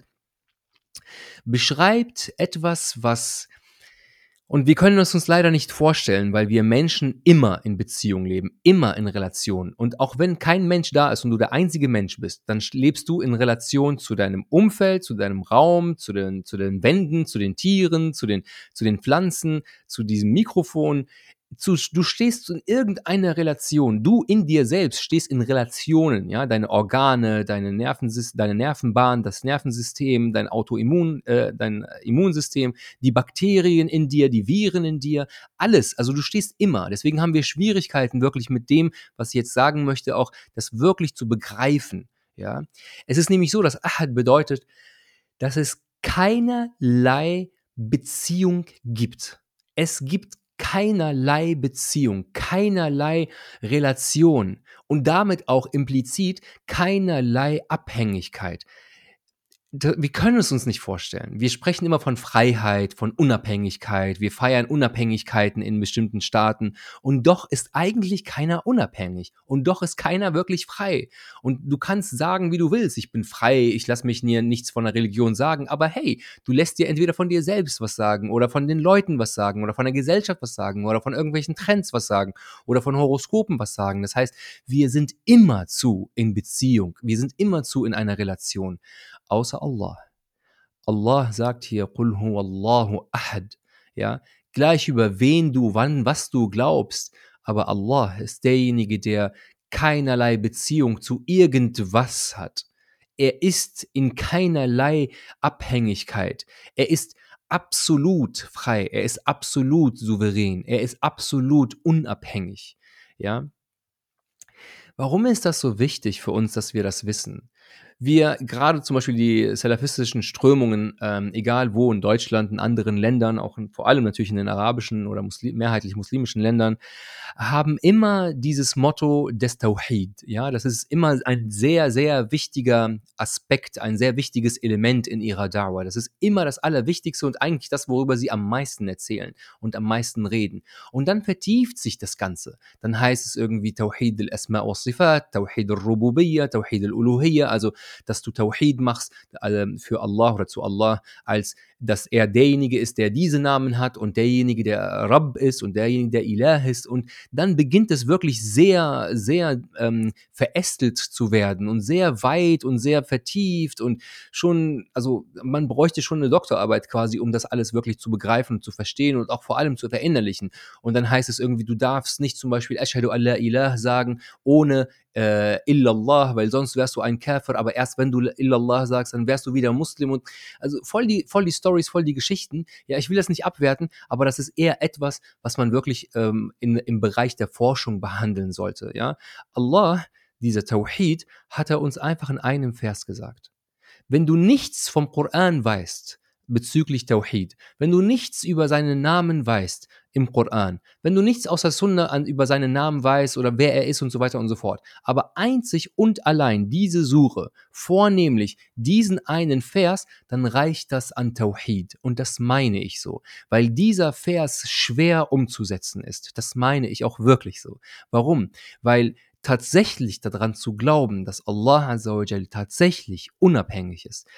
S1: Beschreibt etwas, was und wir können es uns leider nicht vorstellen, weil wir Menschen immer in Beziehung leben, immer in Relation. Und auch wenn kein Mensch da ist und du der einzige Mensch bist, dann sch- lebst du in Relation zu deinem Umfeld, zu deinem Raum, zu den, zu den Wänden, zu den Tieren, zu den, zu den Pflanzen, zu diesem Mikrofon. Zu, du stehst in irgendeiner Relation. Du in dir selbst stehst in Relationen, ja, deine Organe, deine Nervensys deine Nervenbahn, das Nervensystem, dein Autoimmun, äh, dein Immunsystem, die Bakterien in dir, die Viren in dir, alles. Also du stehst immer. Deswegen haben wir Schwierigkeiten wirklich mit dem, was ich jetzt sagen möchte, auch das wirklich zu begreifen. Ja, es ist nämlich so, dass Ahad bedeutet, dass es keinerlei Beziehung gibt. Es gibt keinerlei Beziehung, keinerlei Relation und damit auch implizit keinerlei Abhängigkeit. Da wir können es uns nicht vorstellen. Wir sprechen immer von Freiheit, von Unabhängigkeit. Wir feiern Unabhängigkeiten in bestimmten Staaten und doch ist eigentlich keiner unabhängig und doch ist keiner wirklich frei. Und du kannst sagen, wie du willst: „Ich bin frei, ich lasse mich mir nichts von der Religion sagen“, aber hey, du lässt dir entweder von dir selbst was sagen oder von den Leuten was sagen oder von der Gesellschaft was sagen oder von irgendwelchen Trends was sagen oder von Horoskopen was sagen. Das heißt, wir sind immerzu in Beziehung. Wir sind immerzu in einer Relation außer Allah. Allah sagt hier, Qul huwallahu ahad, ja, gleich über wen du, wann, was du glaubst, aber Allah ist derjenige, der keinerlei Beziehung zu irgendwas hat. Er ist in keinerlei Abhängigkeit. Er ist absolut frei. Er ist absolut souverän. Er ist absolut unabhängig. Ja, warum ist das so wichtig für uns, dass wir das wissen? Wir gerade zum Beispiel die salafistischen Strömungen, ähm, egal wo, in Deutschland, in anderen Ländern, auch in, vor allem natürlich in den arabischen oder muslim mehrheitlich muslimischen Ländern, haben immer dieses Motto des Tawhid. Ja, das ist immer ein sehr, sehr wichtiger Aspekt, ein sehr wichtiges Element in ihrer Dauer. Das ist immer das Allerwichtigste und eigentlich das, worüber sie am meisten erzählen und am meisten reden. Und dann vertieft sich das Ganze. Dann heißt es irgendwie Tawhid al-Asma wa Sifat, Tawhid al-Rububiyya, Tawhid al-Uluhiyya, also dass du Tawhid machst äh, für Allah oder zu Allah, als dass er derjenige ist, der diese Namen hat und derjenige, der Rabb ist und derjenige, der Ilah ist. Und dann beginnt es wirklich sehr, sehr ähm, verästelt zu werden und sehr weit und sehr vertieft und schon, also man bräuchte schon eine Doktorarbeit quasi, um das alles wirklich zu begreifen und zu verstehen und auch vor allem zu verinnerlichen. Und dann heißt es irgendwie, du darfst nicht zum Beispiel Ashhadu an la ilah sagen, ohne äh, illallah, weil sonst wärst du ein Kafir, aber erst wenn du illallah sagst, dann wärst du wieder Muslim. Und also voll die, voll die Stories, voll die Geschichten. Ja, ich will das nicht abwerten, aber das ist eher etwas, was man wirklich ähm, in, im Bereich der Forschung behandeln sollte. Ja, Allah, dieser Tawhid, hat er uns einfach in einem Vers gesagt. Wenn du nichts vom Koran weißt bezüglich Tawhid, wenn du nichts über seinen Namen weißt im Koran, wenn du nichts außer Sunna an, über seinen Namen weißt oder wer er ist und so weiter und so fort, aber einzig und allein diese Suche, vornehmlich diesen einen Vers, dann reicht das an Tawhid. Und das meine ich so, weil dieser Vers schwer umzusetzen ist. Das meine ich auch wirklich so. Warum? Weil tatsächlich daran zu glauben, dass Allah Azza wa Jal tatsächlich unabhängig ist,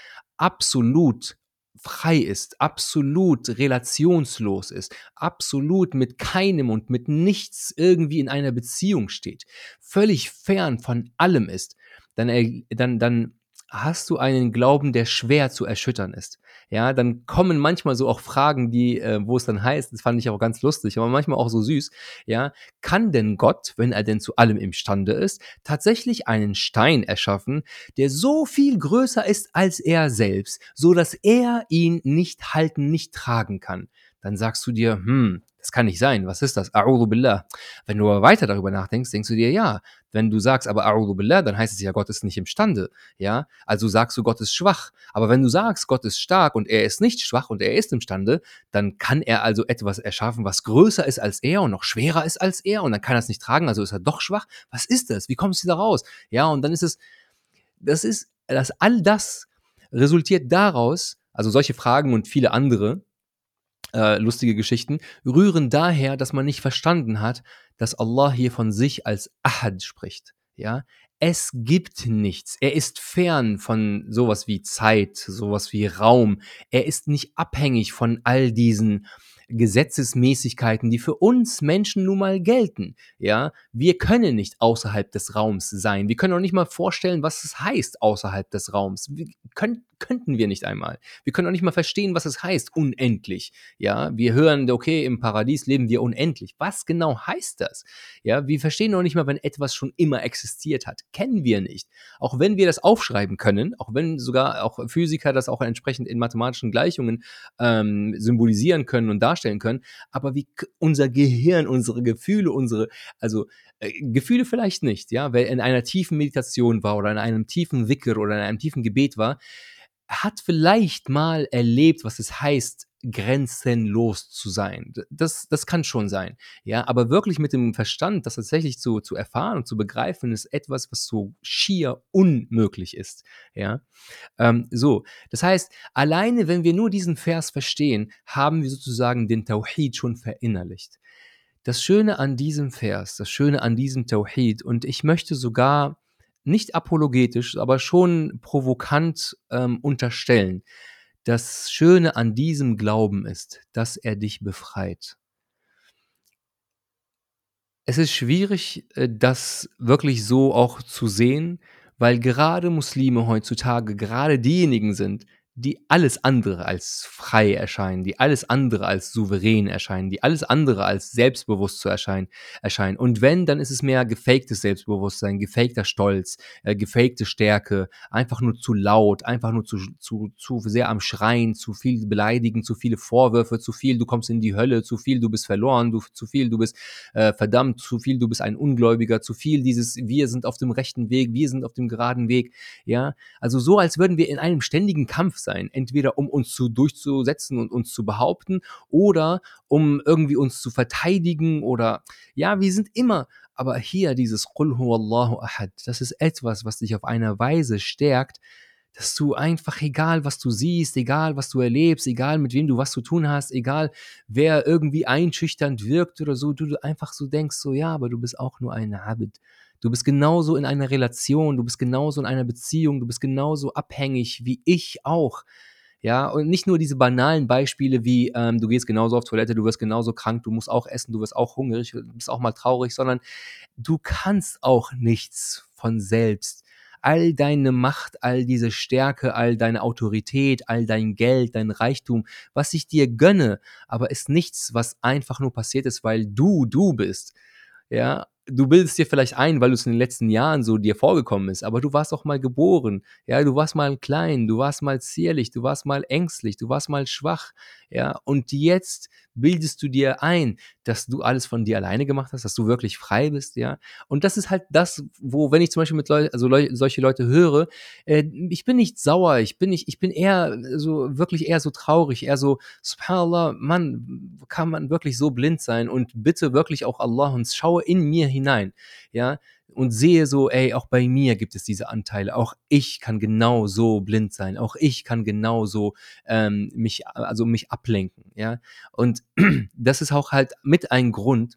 S1: absolut frei ist, absolut relationslos ist, absolut mit keinem und mit nichts irgendwie in einer Beziehung steht, völlig fern von allem ist, dann, er- dann, dann hast du einen Glauben, der schwer zu erschüttern ist. Ja, dann kommen manchmal so auch Fragen, die, äh, wo es dann heißt, das fand ich auch ganz lustig, aber manchmal auch so süß, ja, kann denn Gott, wenn er denn zu allem imstande ist, tatsächlich einen Stein erschaffen, der so viel größer ist als er selbst, so dass er ihn nicht halten, nicht tragen kann? Dann sagst du dir, hm, das kann nicht sein. Was ist das? A'udhu billah. Wenn du aber weiter darüber nachdenkst, denkst du dir, ja, wenn du sagst, aber A'udhu billah, dann heißt es ja, Gott ist nicht imstande. Ja, also sagst du, Gott ist schwach. Aber wenn du sagst, Gott ist stark und er ist nicht schwach und er ist imstande, dann kann er also etwas erschaffen, was größer ist als er und noch schwerer ist als er und dann kann er es nicht tragen, also ist er doch schwach. Was ist das? Wie kommst du da raus? Ja, und dann ist es, das ist, dass all das resultiert daraus, also solche Fragen und viele andere äh, lustige Geschichten, rühren daher, dass man nicht verstanden hat, dass Allah hier von sich als Ahad spricht. Ja, es gibt nichts. Er ist fern von sowas wie Zeit, sowas wie Raum. Er ist nicht abhängig von all diesen Gesetzesmäßigkeiten, die für uns Menschen nun mal gelten. Ja, wir können nicht außerhalb des Raums sein. Wir können auch nicht mal vorstellen, was es heißt außerhalb des Raums. Wir können, könnten wir nicht einmal. Wir können auch nicht mal verstehen, was es heißt unendlich. Ja, wir hören, okay, im Paradies leben wir unendlich. Was genau heißt das? Ja, wir verstehen noch nicht mal, wenn etwas schon immer existiert hat. Kennen wir nicht. Auch wenn wir das aufschreiben können, auch wenn sogar auch Physiker das auch entsprechend in mathematischen Gleichungen ähm, symbolisieren können und darstellen können, aber wie k- unser Gehirn, unsere Gefühle, unsere, also äh, Gefühle vielleicht nicht, ja, wer in einer tiefen Meditation war oder in einem tiefen Dhikr oder in einem tiefen Gebet war, hat vielleicht mal erlebt, was es heißt, grenzenlos zu sein. D das das kann schon sein, ja, aber wirklich mit dem Verstand das tatsächlich zu zu erfahren und zu begreifen, ist etwas, was so schier unmöglich ist, ja? Ähm, so, das heißt, alleine wenn wir nur diesen Vers verstehen, haben wir sozusagen den Tawhid schon verinnerlicht. Das Schöne an diesem Vers, das Schöne an diesem Tawhid, und ich möchte sogar nicht apologetisch, aber schon provokant ähm, unterstellen, das Schöne an diesem Glauben ist, dass er dich befreit. Es ist schwierig, äh, das wirklich so auch zu sehen, weil gerade Muslime heutzutage gerade diejenigen sind, die alles andere als frei erscheinen, die alles andere als souverän erscheinen, die alles andere als selbstbewusst zu erscheinen erscheinen. Und wenn, dann ist es mehr gefaktes Selbstbewusstsein, gefakter Stolz, äh, gefakte Stärke, einfach nur zu laut, einfach nur zu zu zu sehr am Schreien, zu viel beleidigen, zu viele Vorwürfe, zu viel, du kommst in die Hölle, zu viel, du bist verloren, du zu viel, du bist äh, verdammt, zu viel, du bist ein Ungläubiger, zu viel dieses, wir sind auf dem rechten Weg, wir sind auf dem geraden Weg, ja, also so, als würden wir in einem ständigen Kampf sein, entweder um uns zu durchzusetzen und uns zu behaupten oder um irgendwie uns zu verteidigen oder, ja, wir sind immer, aber hier dieses Qul huwallahu ahad, das ist etwas, was dich auf eine Weise stärkt, dass du einfach, egal was du siehst, egal was du erlebst, egal mit wem du was zu tun hast, egal wer irgendwie einschüchternd wirkt oder so, du, du einfach so denkst, so ja, aber du bist auch nur ein Abid. Du bist genauso in einer Relation, du bist genauso in einer Beziehung, du bist genauso abhängig wie ich auch. Ja, und nicht nur diese banalen Beispiele wie, ähm, du gehst genauso auf Toilette, du wirst genauso krank, du musst auch essen, du wirst auch hungrig, du bist auch mal traurig, sondern du kannst auch nichts von selbst. All deine Macht, all diese Stärke, all deine Autorität, all dein Geld, dein Reichtum, was ich dir gönne, aber ist nichts, was einfach nur passiert ist, weil du du bist. Ja, du bildest dir vielleicht ein, weil du es in den letzten Jahren so dir vorgekommen ist, aber du warst auch mal geboren. Ja, du warst mal klein, du warst mal zierlich, du warst mal ängstlich, du warst mal schwach. Ja, und jetzt bildest du dir ein, dass du alles von dir alleine gemacht hast, dass du wirklich frei bist, ja. Und das ist halt das, wo, wenn ich zum Beispiel mit Leu also Leu solche Leute höre, äh, ich bin nicht sauer, ich bin nicht, ich bin eher so, wirklich eher so traurig, eher so, Subhanallah, Mann, kann man wirklich so blind sein? Und bitte wirklich auch Allah und schaue in mir hinein, ja, und sehe so, ey, auch bei mir gibt es diese Anteile. Auch ich kann genau so blind sein. Auch ich kann genau so ähm, mich, also mich ablenken, ja. Und das ist auch halt mit ein Grund,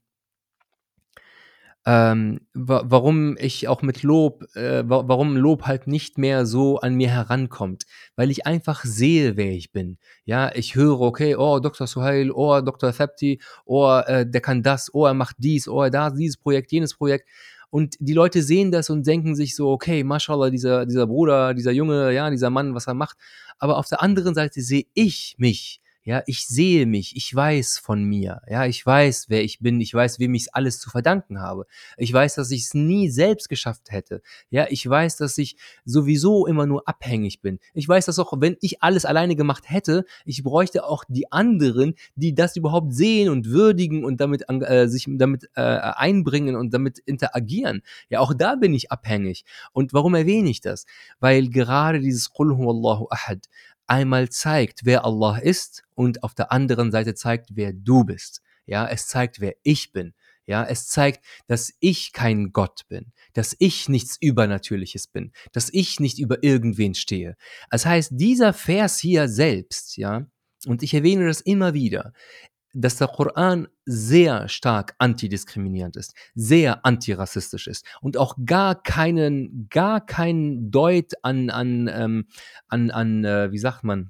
S1: ähm, wa warum ich auch mit Lob äh, wa warum Lob halt nicht mehr so an mir herankommt, weil ich einfach sehe, wer ich bin. Ja, ich höre, okay, oh, Doktor Suhail, oh, Doktor Thapti, oh, äh, der kann das, oh, er macht dies, oh, er da dieses Projekt, jenes Projekt. Und die Leute sehen das und denken sich so, okay, Mashallah, dieser, dieser Bruder, dieser Junge, ja, dieser Mann, was er macht. Aber auf der anderen Seite sehe ich mich. Ja, ich sehe mich, ich weiß von mir, ja, ich weiß, wer ich bin, ich weiß, wem ich alles zu verdanken habe. Ich weiß, dass ich es nie selbst geschafft hätte. Ja, ich weiß, dass ich sowieso immer nur abhängig bin. Ich weiß, dass auch wenn ich alles alleine gemacht hätte, ich bräuchte auch die anderen, die das überhaupt sehen und würdigen und damit an- äh, sich damit äh, einbringen und damit interagieren. Ja, auch da bin ich abhängig. Und warum erwähne ich das? Weil gerade dieses Qul huwallahu ahad einmal zeigt, wer Allah ist und auf der anderen Seite zeigt, wer du bist. Ja, es zeigt, wer ich bin. Ja, es zeigt, dass ich kein Gott bin, dass ich nichts Übernatürliches bin, dass ich nicht über irgendwen stehe. Das heißt, dieser Vers hier selbst, ja, und ich erwähne das immer wieder, dass der Koran sehr stark antidiskriminierend ist, sehr antirassistisch ist und auch gar keinen, gar keinen Deut an, an, ähm, an, an äh, wie sagt man,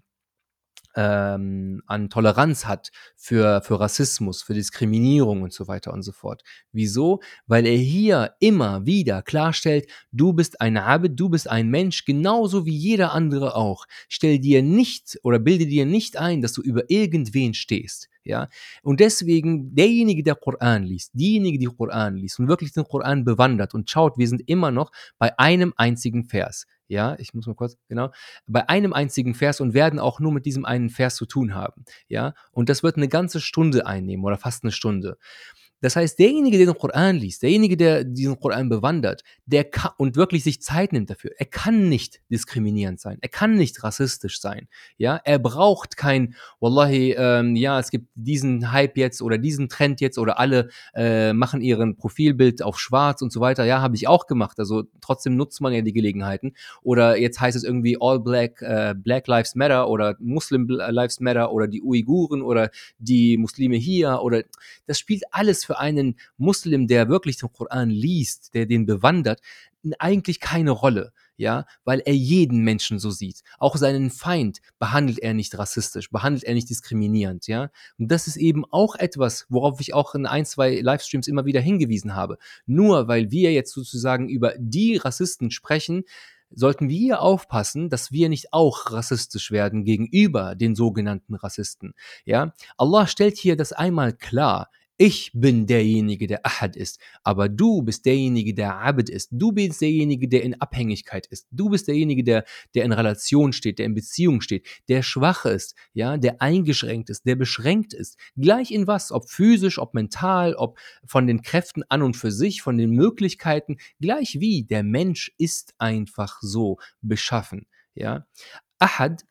S1: ähm, an Toleranz hat für, für Rassismus, für Diskriminierung und so weiter und so fort. Wieso? Weil er hier immer wieder klarstellt, du bist ein Abid, du bist ein Mensch, genauso wie jeder andere auch. Stell dir nicht oder bilde dir nicht ein, dass du über irgendwen stehst. Ja, und deswegen derjenige, der Koran liest, diejenige, die Koran liest und wirklich den Koran bewandert und schaut, wir sind immer noch bei einem einzigen Vers. Ja, ich muss mal kurz, genau, bei einem einzigen Vers und werden auch nur mit diesem einen Vers zu tun haben. Ja, und das wird eine ganze Stunde einnehmen oder fast eine Stunde. Das heißt, derjenige, der den Koran liest, derjenige, der diesen Koran bewandert, der kann und wirklich sich Zeit nimmt dafür, er kann nicht diskriminierend sein, er kann nicht rassistisch sein. Ja, er braucht kein, Wallahi, ähm, ja, es gibt diesen Hype jetzt oder diesen Trend jetzt oder alle äh, machen ihren Profilbild auf schwarz und so weiter. Ja, habe ich auch gemacht. Also trotzdem nutzt man ja die Gelegenheiten. Oder jetzt heißt es irgendwie All Black, äh, Black Lives Matter oder Muslim Lives Matter oder die Uiguren oder die Muslime hier oder das spielt alles für einen Muslim, der wirklich den Koran liest, der den bewandert, eigentlich keine Rolle, ja, weil er jeden Menschen so sieht. Auch seinen Feind behandelt er nicht rassistisch, behandelt er nicht diskriminierend, ja. Und das ist eben auch etwas, worauf ich auch in ein, zwei Livestreams immer wieder hingewiesen habe. Nur weil wir jetzt sozusagen über die Rassisten sprechen, sollten wir aufpassen, dass wir nicht auch rassistisch werden gegenüber den sogenannten Rassisten. Ja, Allah stellt hier das einmal klar. Ich bin derjenige, der Ahad ist, aber du bist derjenige, der Abd ist. Du bist derjenige, der in Abhängigkeit ist. Du bist derjenige, der, der in Relation steht, der in Beziehung steht, der schwach ist, ja, der eingeschränkt ist, der beschränkt ist. Gleich in was, ob physisch, ob mental, ob von den Kräften an und für sich, von den Möglichkeiten, gleich wie der Mensch ist einfach so beschaffen, ja. Ahad,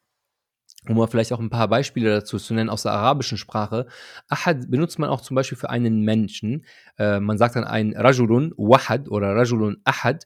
S1: um mal vielleicht auch ein paar Beispiele dazu zu nennen aus der arabischen Sprache. Ahad benutzt man auch zum Beispiel für einen Menschen. Äh, man sagt dann ein Rajulun Wahad oder Rajulun Ahad.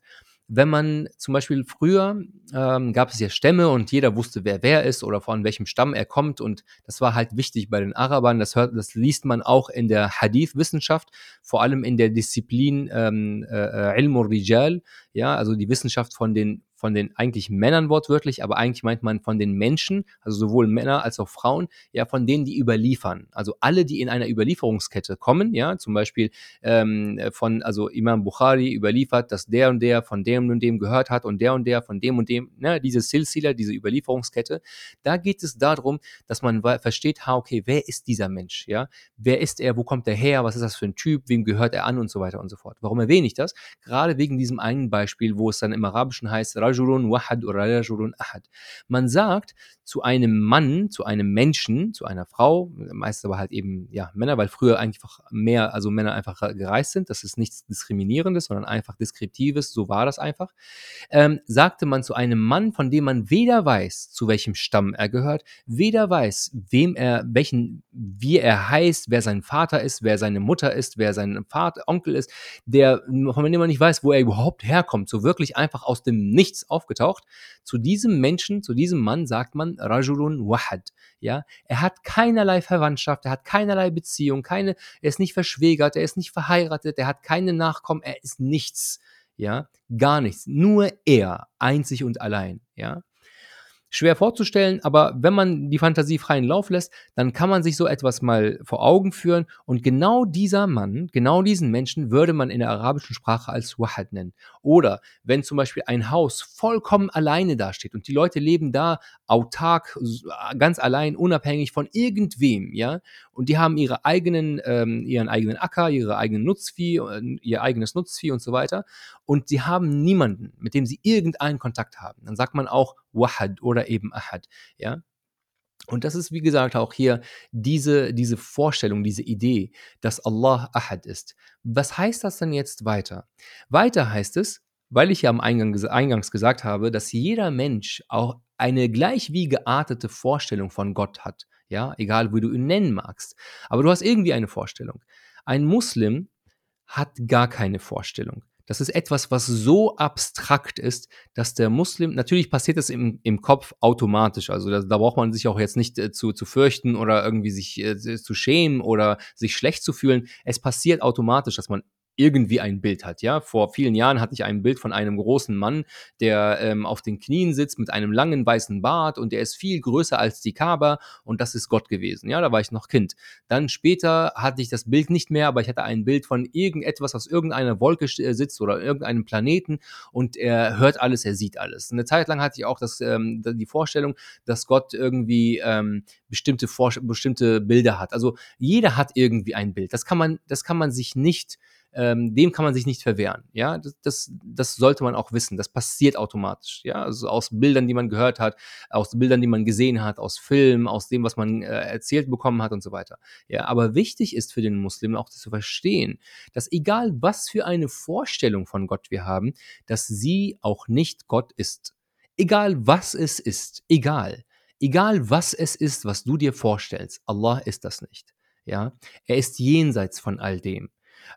S1: wenn man zum Beispiel früher ähm, gab es ja Stämme und jeder wusste, wer wer ist oder von welchem Stamm er kommt und das war halt wichtig bei den Arabern. Das hört das liest man auch in der Hadith-Wissenschaft, vor allem in der Disziplin, ähm, äh, äh, Ilm rijal, ja, also die Wissenschaft von den von den eigentlich Männern wortwörtlich, aber eigentlich meint man von den Menschen, also sowohl Männer als auch Frauen, ja, von denen, die überliefern. Also alle, die in einer Überlieferungskette kommen, ja, zum Beispiel ähm, von, also Imam Bukhari überliefert, dass der und der von dem und dem gehört hat und der und der von dem und dem, ne, diese Silsila, diese Überlieferungskette, da geht es darum, dass man wa- versteht, ha, okay, wer ist dieser Mensch, ja, wer ist er, wo kommt er her, was ist das für ein Typ, wem gehört er an und so weiter und so fort. Warum erwähne ich das? Gerade wegen diesem einen Beispiel, wo es dann im Arabischen heißt, Rajulun Wahad oder Rajulun Ahad. Man sagt zu einem Mann, zu einem Menschen, zu einer Frau, meist aber halt eben ja Männer, weil früher einfach mehr, also Männer einfach gereist sind. Das ist nichts Diskriminierendes, sondern einfach Deskriptives. So war das einfach. Ähm, sagte man zu einem Mann, von dem man weder weiß, zu welchem Stamm er gehört, weder weiß, wem er, welchen, wie er heißt, wer sein Vater ist, wer seine Mutter ist, wer sein Vater, Onkel ist, der, von dem man nicht weiß, wo er überhaupt herkommt, so wirklich einfach aus dem Nichts aufgetaucht. Zu diesem Menschen, zu diesem Mann sagt man Rajulun Wahad. Ja, er hat keinerlei Verwandtschaft, er hat keinerlei Beziehung, keine, er ist nicht verschwägert, er ist nicht verheiratet, er hat keine Nachkommen, er ist nichts. Ja, gar nichts. Nur er, einzig und allein. Ja, schwer vorzustellen, aber wenn man die Fantasie freien Lauf lässt, dann kann man sich so etwas mal vor Augen führen und genau dieser Mann, genau diesen Menschen würde man in der arabischen Sprache als Wahad nennen. Oder wenn zum Beispiel ein Haus vollkommen alleine dasteht und die Leute leben da autark, s- ganz allein, unabhängig von irgendwem, ja, und die haben ihre eigenen, ähm, ihren eigenen Acker, ihre eigenen Nutzvieh, äh, ihr eigenes Nutzvieh und so weiter und sie haben niemanden, mit dem sie irgendeinen Kontakt haben. Dann sagt man auch Wahad oder eben Ahad, ja? Und das ist, wie gesagt, auch hier diese, diese Vorstellung, diese Idee, dass Allah Ahad ist. Was heißt das denn jetzt weiter? Weiter heißt es, weil ich ja am Eingang, ges- eingangs gesagt habe, dass jeder Mensch auch eine gleich wie geartete Vorstellung von Gott hat. Ja, egal wie du ihn nennen magst. Aber du hast irgendwie eine Vorstellung. Ein Muslim hat gar keine Vorstellung. Das ist etwas, was so abstrakt ist, dass der Muslim, natürlich passiert das im, im Kopf automatisch. Also da, da braucht man sich auch jetzt nicht äh, zu, zu fürchten oder irgendwie sich äh, zu schämen oder sich schlecht zu fühlen. Es passiert automatisch, dass man irgendwie ein Bild hat. Ja, vor vielen Jahren hatte ich ein Bild von einem großen Mann, der ähm, auf den Knien sitzt mit einem langen weißen Bart und der ist viel größer als die Kaaba und das ist Gott gewesen. Ja, da war ich noch Kind. Dann später hatte ich das Bild nicht mehr, aber ich hatte ein Bild von irgendetwas, was irgendeiner Wolke äh, sitzt oder irgendeinem Planeten und er hört alles, er sieht alles. Eine Zeit lang hatte ich auch das, ähm, die Vorstellung, dass Gott irgendwie ähm, bestimmte, Vor- bestimmte Bilder hat. Also jeder hat irgendwie ein Bild. Das kann man, das kann man sich nicht ähm, dem kann man sich nicht verwehren. Ja, das, das, das sollte man auch wissen. Das passiert automatisch. Ja, also aus Bildern, die man gehört hat, aus Bildern, die man gesehen hat, aus Filmen, aus dem, was man äh, erzählt bekommen hat und so weiter. Ja, aber wichtig ist für den Muslim auch zu verstehen, dass egal was für eine Vorstellung von Gott wir haben, dass sie auch nicht Gott ist. Egal was es ist, egal. Egal was es ist, was du dir vorstellst, Allah ist das nicht. Ja, er ist jenseits von all dem.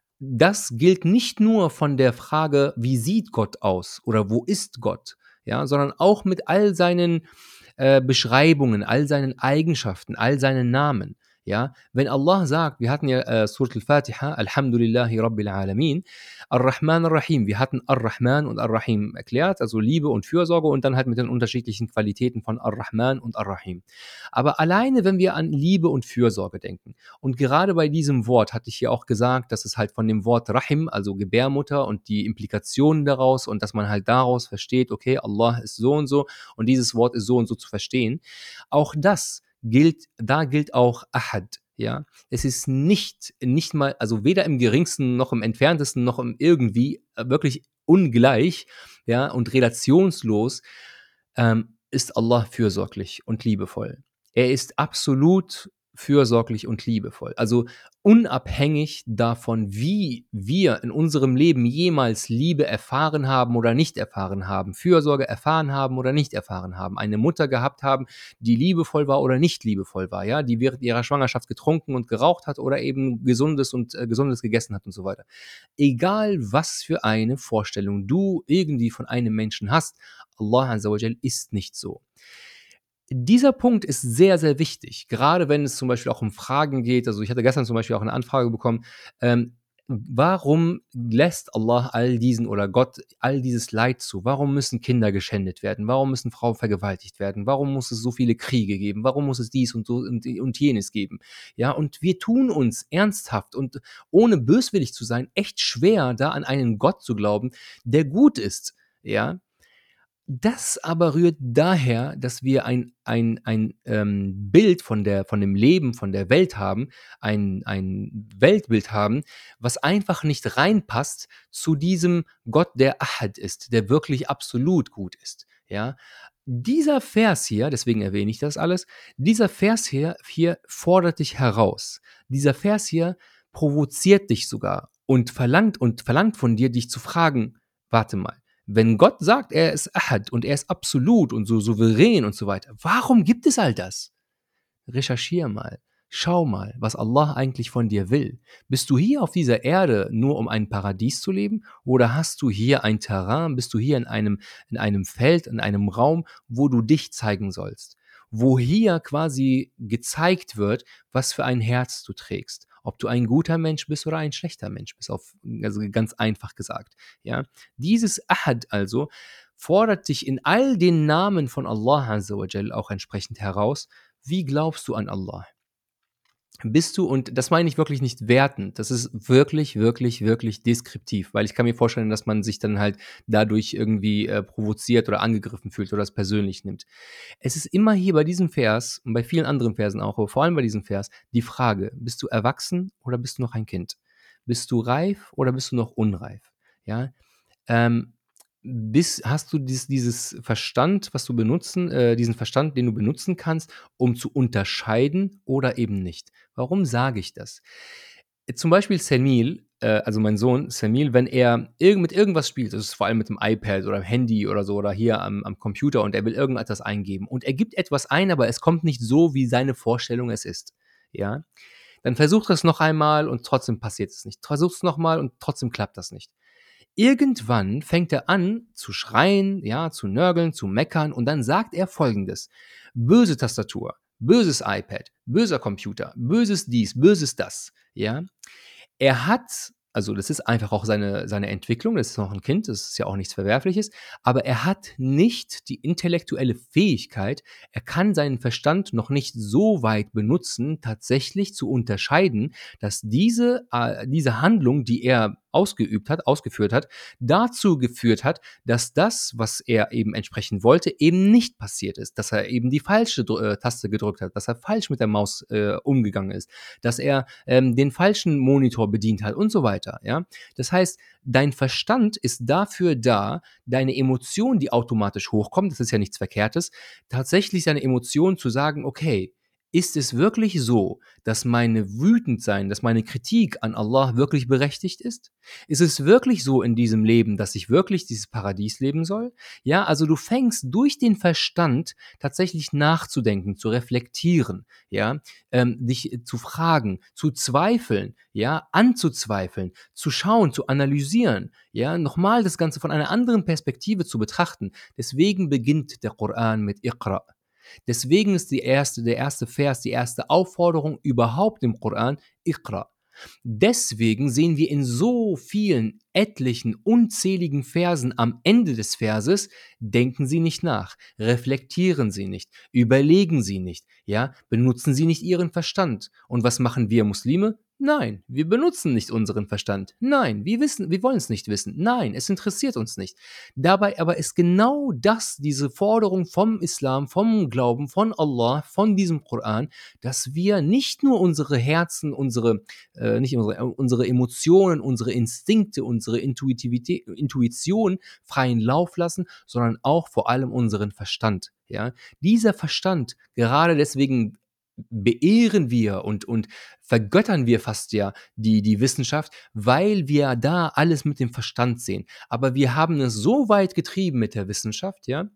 S1: Das gilt nicht nur von der Frage, wie sieht Gott aus oder wo ist Gott, ja, sondern auch mit all seinen äh, Beschreibungen, all seinen Eigenschaften, all seinen Namen. Ja, wenn Allah sagt, wir hatten ja äh, Surat al-Fatiha, Alhamdulillahi Rabbil Alamin, Ar-Rahman Ar-Rahim, wir hatten Ar-Rahman und Ar-Rahim erklärt, also Liebe und Fürsorge und dann halt mit den unterschiedlichen Qualitäten von Ar-Rahman und Ar-Rahim. Aber alleine, wenn wir an Liebe und Fürsorge denken, und gerade bei diesem Wort hatte ich hier auch gesagt, dass es halt von dem Wort Rahim, also Gebärmutter und die Implikationen daraus und dass man halt daraus versteht, okay, Allah ist so und so und dieses Wort ist so und so zu verstehen. Auch das gilt, da gilt auch Ahad. Ja, es ist nicht, nicht mal, also weder im geringsten noch im entferntesten noch im irgendwie äh, wirklich ungleich, ja, und relationslos ähm, ist Allah fürsorglich und liebevoll. Er ist absolut fürsorglich und liebevoll. Also, unabhängig davon, wie wir in unserem Leben jemals Liebe erfahren haben oder nicht erfahren haben, Fürsorge erfahren haben oder nicht erfahren haben, eine Mutter gehabt haben, die liebevoll war oder nicht liebevoll war, ja, die während ihrer Schwangerschaft getrunken und geraucht hat oder eben Gesundes und äh, Gesundes gegessen hat und so weiter. Egal, was für eine Vorstellung du irgendwie von einem Menschen hast, Allah Azza wa Jal ist nicht so. Dieser Punkt ist sehr, sehr wichtig, gerade wenn es zum Beispiel auch um Fragen geht. Also, ich hatte gestern zum Beispiel auch eine Anfrage bekommen, ähm, warum lässt Allah all diesen oder Gott all dieses Leid zu? Warum müssen Kinder geschändet werden? Warum müssen Frauen vergewaltigt werden? Warum muss es so viele Kriege geben? Warum muss es dies und so und und jenes geben? Ja, und wir tun uns ernsthaft und ohne böswillig zu sein, echt schwer, da an einen Gott zu glauben, der gut ist, ja? Das aber rührt daher, dass wir ein ein ein, ähm, Bild von der von dem Leben, von der Welt haben, ein ein Weltbild haben, was einfach nicht reinpasst zu diesem Gott, der Ahad ist, der wirklich absolut gut ist, ja? Dieser Vers hier, deswegen erwähne ich das alles, dieser Vers hier hier fordert dich heraus. Dieser Vers hier provoziert dich sogar und verlangt und verlangt von dir, dich zu fragen: „Warte mal, wenn Gott sagt, er ist Ahad und er ist absolut und so souverän und so weiter, warum gibt es all das? Recherchiere mal. Schau mal, was Allah eigentlich von dir will. Bist du hier auf dieser Erde nur, um ein Paradies zu leben? Oder hast du hier ein Terrain? Bist du hier in einem, in einem Feld, in einem Raum, wo du dich zeigen sollst? Wo hier quasi gezeigt wird, was für ein Herz du trägst. Ob du ein guter Mensch bist oder ein schlechter Mensch bist, auf, also ganz einfach gesagt. Ja? Dieses Ahad also fordert dich in all den Namen von Allah Azza wa Jal auch entsprechend heraus. Wie glaubst du an Allah? Bist du, und das meine ich wirklich nicht wertend, das ist wirklich, wirklich, wirklich deskriptiv, weil ich kann mir vorstellen, dass man sich dann halt dadurch irgendwie äh, provoziert oder angegriffen fühlt oder es persönlich nimmt. Es ist immer hier bei diesem Vers und bei vielen anderen Versen auch, aber vor allem bei diesem Vers, die Frage: Bist du erwachsen oder bist du noch ein Kind? Bist du reif oder bist du noch unreif? Ja, ähm, bist hast du dies dieses Verstand, was du benutzen äh, diesen Verstand, den du benutzen kannst, um zu unterscheiden oder eben nicht? Warum sage ich das? Äh, zum Beispiel Semil, äh, also mein Sohn Semil, wenn er irgend mit irgendwas spielt, das ist vor allem mit dem iPad oder dem Handy oder so oder hier am am Computer und er will irgendetwas eingeben und er gibt etwas ein, aber es kommt nicht so, wie seine Vorstellung es ist, ja? Dann versucht er es noch einmal und trotzdem passiert es nicht. Versucht es noch mal und trotzdem klappt das nicht. Irgendwann fängt er an zu schreien, ja, zu nörgeln, zu meckern und dann sagt er Folgendes: „Böse Tastatur, böses iPad, böser Computer, böses dies, böses das“, ja? Er hat, also das ist einfach auch seine seine Entwicklung, das ist noch ein Kind, das ist ja auch nichts Verwerfliches, aber er hat nicht die intellektuelle Fähigkeit, er kann seinen Verstand noch nicht so weit benutzen, tatsächlich zu unterscheiden, dass diese äh, diese Handlung, die er ausgeübt hat ausgeführt hat, dazu geführt hat, dass das, was er eben entsprechend wollte, eben nicht passiert ist, dass er eben die falsche Dr äh, Taste gedrückt hat, dass er falsch mit der Maus, äh, umgegangen ist, dass er ähm, den falschen Monitor bedient hat und so weiter, ja? Das heißt, dein Verstand ist dafür da, deine Emotion, die automatisch hochkommt, das ist ja nichts Verkehrtes, tatsächlich seine Emotionen zu sagen: „Okay, ist es wirklich so, dass meine Wütendsein, dass meine Kritik an Allah wirklich berechtigt ist? Ist es wirklich so in diesem Leben, dass ich wirklich dieses Paradies leben soll?“ Ja, also du fängst durch den Verstand tatsächlich nachzudenken, zu reflektieren, ja, ähm, dich äh, zu fragen, zu zweifeln, ja, anzuzweifeln, zu schauen, zu analysieren, ja, nochmal das Ganze von einer anderen Perspektive zu betrachten. Deswegen beginnt der Koran mit Iqra. Deswegen ist die erste, der erste Vers, die erste Aufforderung überhaupt im Koran Iqra. Deswegen sehen wir in so vielen, etlichen, unzähligen Versen am Ende des Verses: Denken Sie nicht nach, reflektieren Sie nicht, überlegen Sie nicht, ja, benutzen Sie nicht Ihren Verstand. Und was machen wir Muslime? Nein, wir benutzen nicht unseren Verstand. Nein, wir wissen, wir wollen es nicht wissen. Nein, es interessiert uns nicht. Dabei aber ist genau das, diese Forderung vom Islam, vom Glauben, von Allah, von diesem Koran, dass wir nicht nur unsere Herzen, unsere äh, nicht unsere, äh, unsere Emotionen, unsere Instinkte, unsere Intuitivität, Intuition freien Lauf lassen, sondern auch vor allem unseren Verstand. Ja? Dieser Verstand, gerade deswegen beehren wir und und vergöttern wir fast ja die die Wissenschaft, weil wir da alles mit dem Verstand sehen. Aber wir haben es so weit getrieben mit der Wissenschaft, ja,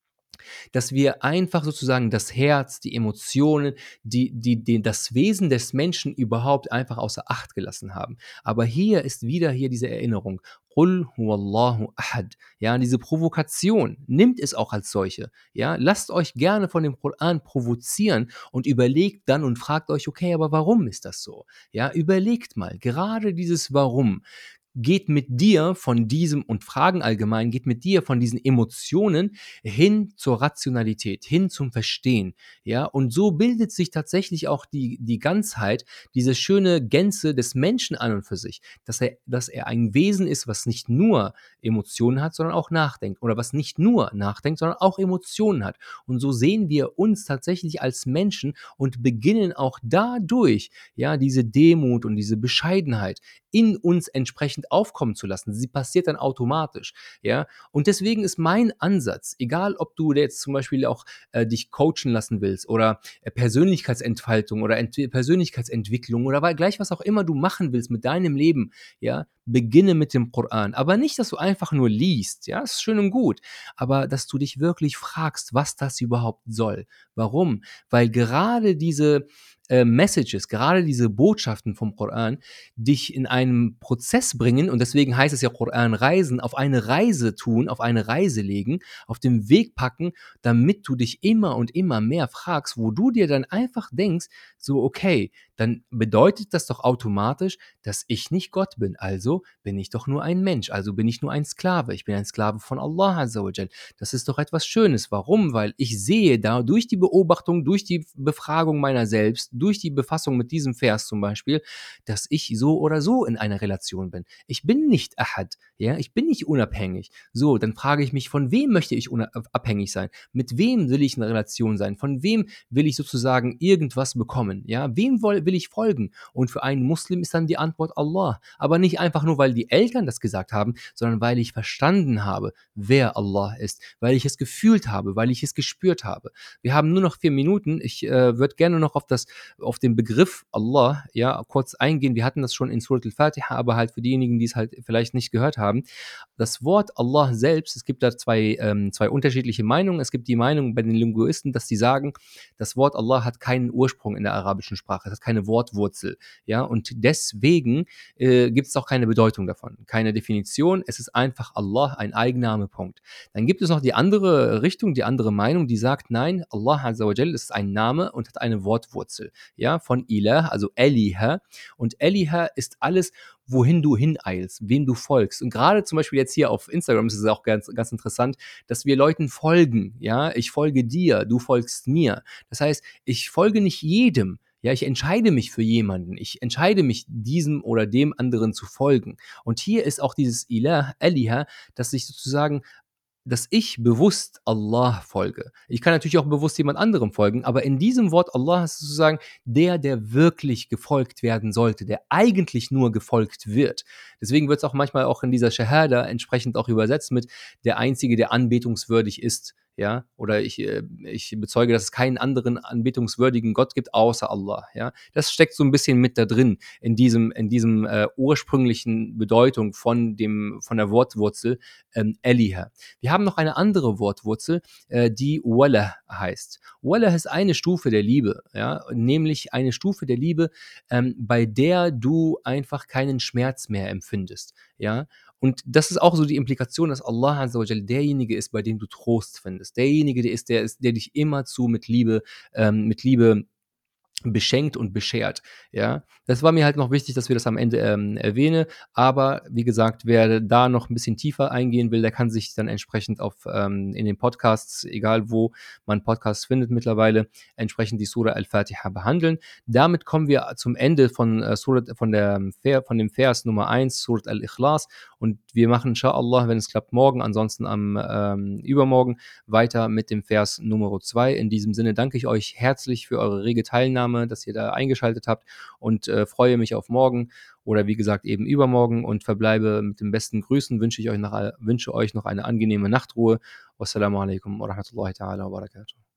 S1: dass wir einfach sozusagen das Herz, die Emotionen, die die den das Wesen des Menschen überhaupt einfach außer Acht gelassen haben. Aber hier ist wieder hier diese Erinnerung: „Qul huwallahu ahad." Ja, diese Provokation, nimmt es auch als solche, ja? Lasst euch gerne von dem Koran provozieren und überlegt dann und fragt euch: „Okay, aber warum ist das so?" Ja, überlegt mal, gerade dieses Warum geht mit dir von diesem und Fragen allgemein, geht mit dir von diesen Emotionen hin zur Rationalität, hin zum Verstehen, ja? Und so bildet sich tatsächlich auch die die Ganzheit, diese schöne Gänze des Menschen an und für sich, dass er dass er ein Wesen ist, was nicht nur Emotionen hat, sondern auch nachdenkt oder was nicht nur nachdenkt, sondern auch Emotionen hat. Und so sehen wir uns tatsächlich als Menschen und beginnen auch dadurch, ja, diese Demut und diese Bescheidenheit in uns entsprechend aufkommen zu lassen. Sie passiert dann automatisch, ja? Und deswegen ist mein Ansatz, egal ob du jetzt zum Beispiel auch äh, dich coachen lassen willst oder äh, Persönlichkeitsentfaltung oder Ent Persönlichkeitsentwicklung oder wa gleich was auch immer du machen willst mit deinem Leben, ja, beginne mit dem Koran. Aber nicht, dass du einfach nur liest, ja, ist schön und gut, aber dass du dich wirklich fragst, was das überhaupt soll. Warum? Weil gerade diese äh, Messages, gerade diese Botschaften vom Koran dich in einem Prozess bringen und deswegen heißt es ja Koran reisen, auf eine Reise tun, auf eine Reise legen, auf den Weg packen, damit du dich immer und immer mehr fragst, wo du dir dann einfach denkst, so okay, dann bedeutet das doch automatisch, dass ich nicht Gott bin. Also bin ich doch nur ein Mensch, also bin ich nur ein Sklave. Ich bin ein Sklave von Allah Azza wa Jal. Das ist doch etwas Schönes. Warum? Weil ich sehe da durch die Beobachtung, durch die Befragung meiner selbst, durch die Befassung mit diesem Vers zum Beispiel, dass ich so oder so in einer Relation bin. Ich bin nicht Ahad, ja, ich bin nicht unabhängig. So, dann frage ich mich, von wem möchte ich abhängig sein? Mit wem will ich in einer Relation sein? Von wem will ich sozusagen irgendwas bekommen? Ja, wem will, will ich folgen? Und für einen Muslim ist dann die Antwort Allah. Aber nicht einfach nur, weil die Eltern das gesagt haben, sondern weil ich verstanden habe, wer Allah ist, weil ich es gefühlt habe, weil ich es gespürt habe. Wir haben nur noch vier Minuten. Ich äh, würde gerne noch auf das, auf den Begriff Allah, ja, kurz eingehen. Wir hatten das schon in Surat al-Fatiha, aber halt für diejenigen, die es halt vielleicht nicht gehört haben. Das Wort Allah selbst, es gibt da zwei, ähm, zwei unterschiedliche Meinungen. Es gibt die Meinung bei den Linguisten, dass sie sagen, das Wort Allah hat keinen Ursprung in der arabischen Sprache, es hat keine Wortwurzel, ja, und deswegen äh, gibt es auch keine Bedeutung davon, keine Definition. Es ist einfach Allah, ein Eigenname, Punkt. Dann gibt es noch die andere Richtung, die andere Meinung, die sagt, nein, Allah Azza wa Jal ist ein Name und hat eine Wortwurzel, ja, von Ilah, also Eliha. Und Eliha ist alles, wohin du hineilst, wem du folgst. Und gerade zum Beispiel jetzt hier auf Instagram ist es auch ganz, ganz interessant, dass wir Leuten folgen, ja, ich folge dir, du folgst mir. Das heißt, ich folge nicht jedem. Ja, ich entscheide mich für jemanden. Ich entscheide mich, diesem oder dem anderen zu folgen. Und hier ist auch dieses Ilah, Eliha, dass ich sozusagen dass ich bewusst Allah folge. Ich kann natürlich auch bewusst jemand anderem folgen, aber in diesem Wort Allah ist sozusagen der, der wirklich gefolgt werden sollte, der eigentlich nur gefolgt wird. Deswegen wird es auch manchmal auch in dieser Shahada entsprechend auch übersetzt mit der Einzige, der anbetungswürdig ist. Ja, oder ich, äh, ich bezeuge, dass es keinen anderen anbetungswürdigen Gott gibt außer Allah. Ja, das steckt so ein bisschen mit da drin in diesem, in diesem äh, ursprünglichen Bedeutung von dem, von der Wortwurzel ähm, Eliha. Wir haben noch eine andere Wortwurzel, äh, die Wallah heißt. Wallah ist eine Stufe der Liebe, ja, nämlich eine Stufe der Liebe, ähm, bei der du einfach keinen Schmerz mehr empfindest, ja. Und das ist auch so die Implikation, dass Allah Azza wa Jal derjenige ist, bei dem du Trost findest. Derjenige, der ist, der ist, der dich immerzu mit Liebe, ähm, mit Liebe beschenkt und beschert, ja. Das war mir halt noch wichtig, dass wir das am Ende, ähm, erwähne, aber wie gesagt, wer da noch ein bisschen tiefer eingehen will, der kann sich dann entsprechend auf, ähm in den Podcasts, egal wo man Podcasts findet mittlerweile, entsprechend die Sura Al-Fatiha behandeln. Damit kommen wir zum Ende von, äh, Surat von der Ver von dem Vers Nummer eins, Surat Al-Ikhlas, und wir machen Inshallah, wenn es klappt, morgen, ansonsten am, ähm, übermorgen weiter mit dem Vers Nummer zwei. In diesem Sinne danke ich euch herzlich für eure rege Teilnahme, dass ihr da eingeschaltet habt und äh, freue mich auf morgen oder wie gesagt eben übermorgen und verbleibe mit den besten Grüßen. Wünsche ich euch noch, wünsche euch noch eine angenehme Nachtruhe. Wassalamu alaikum wa rahmatullahi ta'ala wa barakatuh.